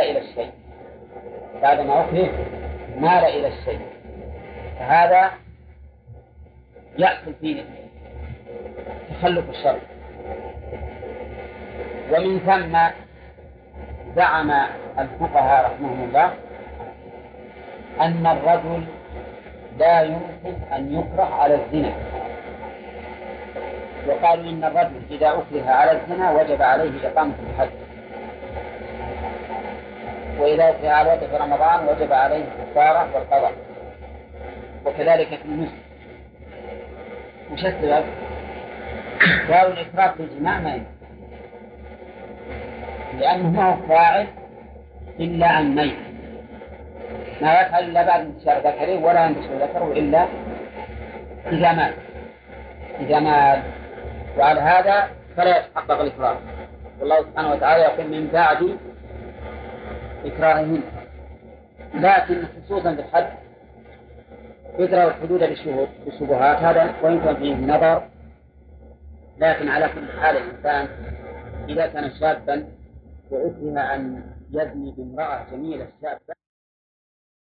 إلى الشيء، فهذا يحصل فيه تخلف الشرط. ومن ثم زعم الفقهاء رحمهم الله أن الرجل لا يمكن أن يكره على الزنا، وقالوا إن الرجل إذا أكره على الزنا وجب عليه إقامة الحد، وإذا أكره على وقت رمضان وجب عليه الكفارة والقضاء، وكذلك في المسلم. وش السبب؟ قالوا الإكراه في الجماع ما يمكن، لأنه ما هو فاعل إلا عن ميت، ما يفعل إلا بعد انتشار ذكره ولا ينتشر ذكره إلا إذا مات. وعلى هذا فلا يتحقق الإكراه. والله سبحانه وتعالى يقول من بعد إكراههن، لكن خصوصا في الحد يدرى الحدود بالشبهات، هذا وإن كان فيه نظر، لكن على كل حال الإنسان إذا كان شابا وأكره أن يزني بامرأة جميلة شابة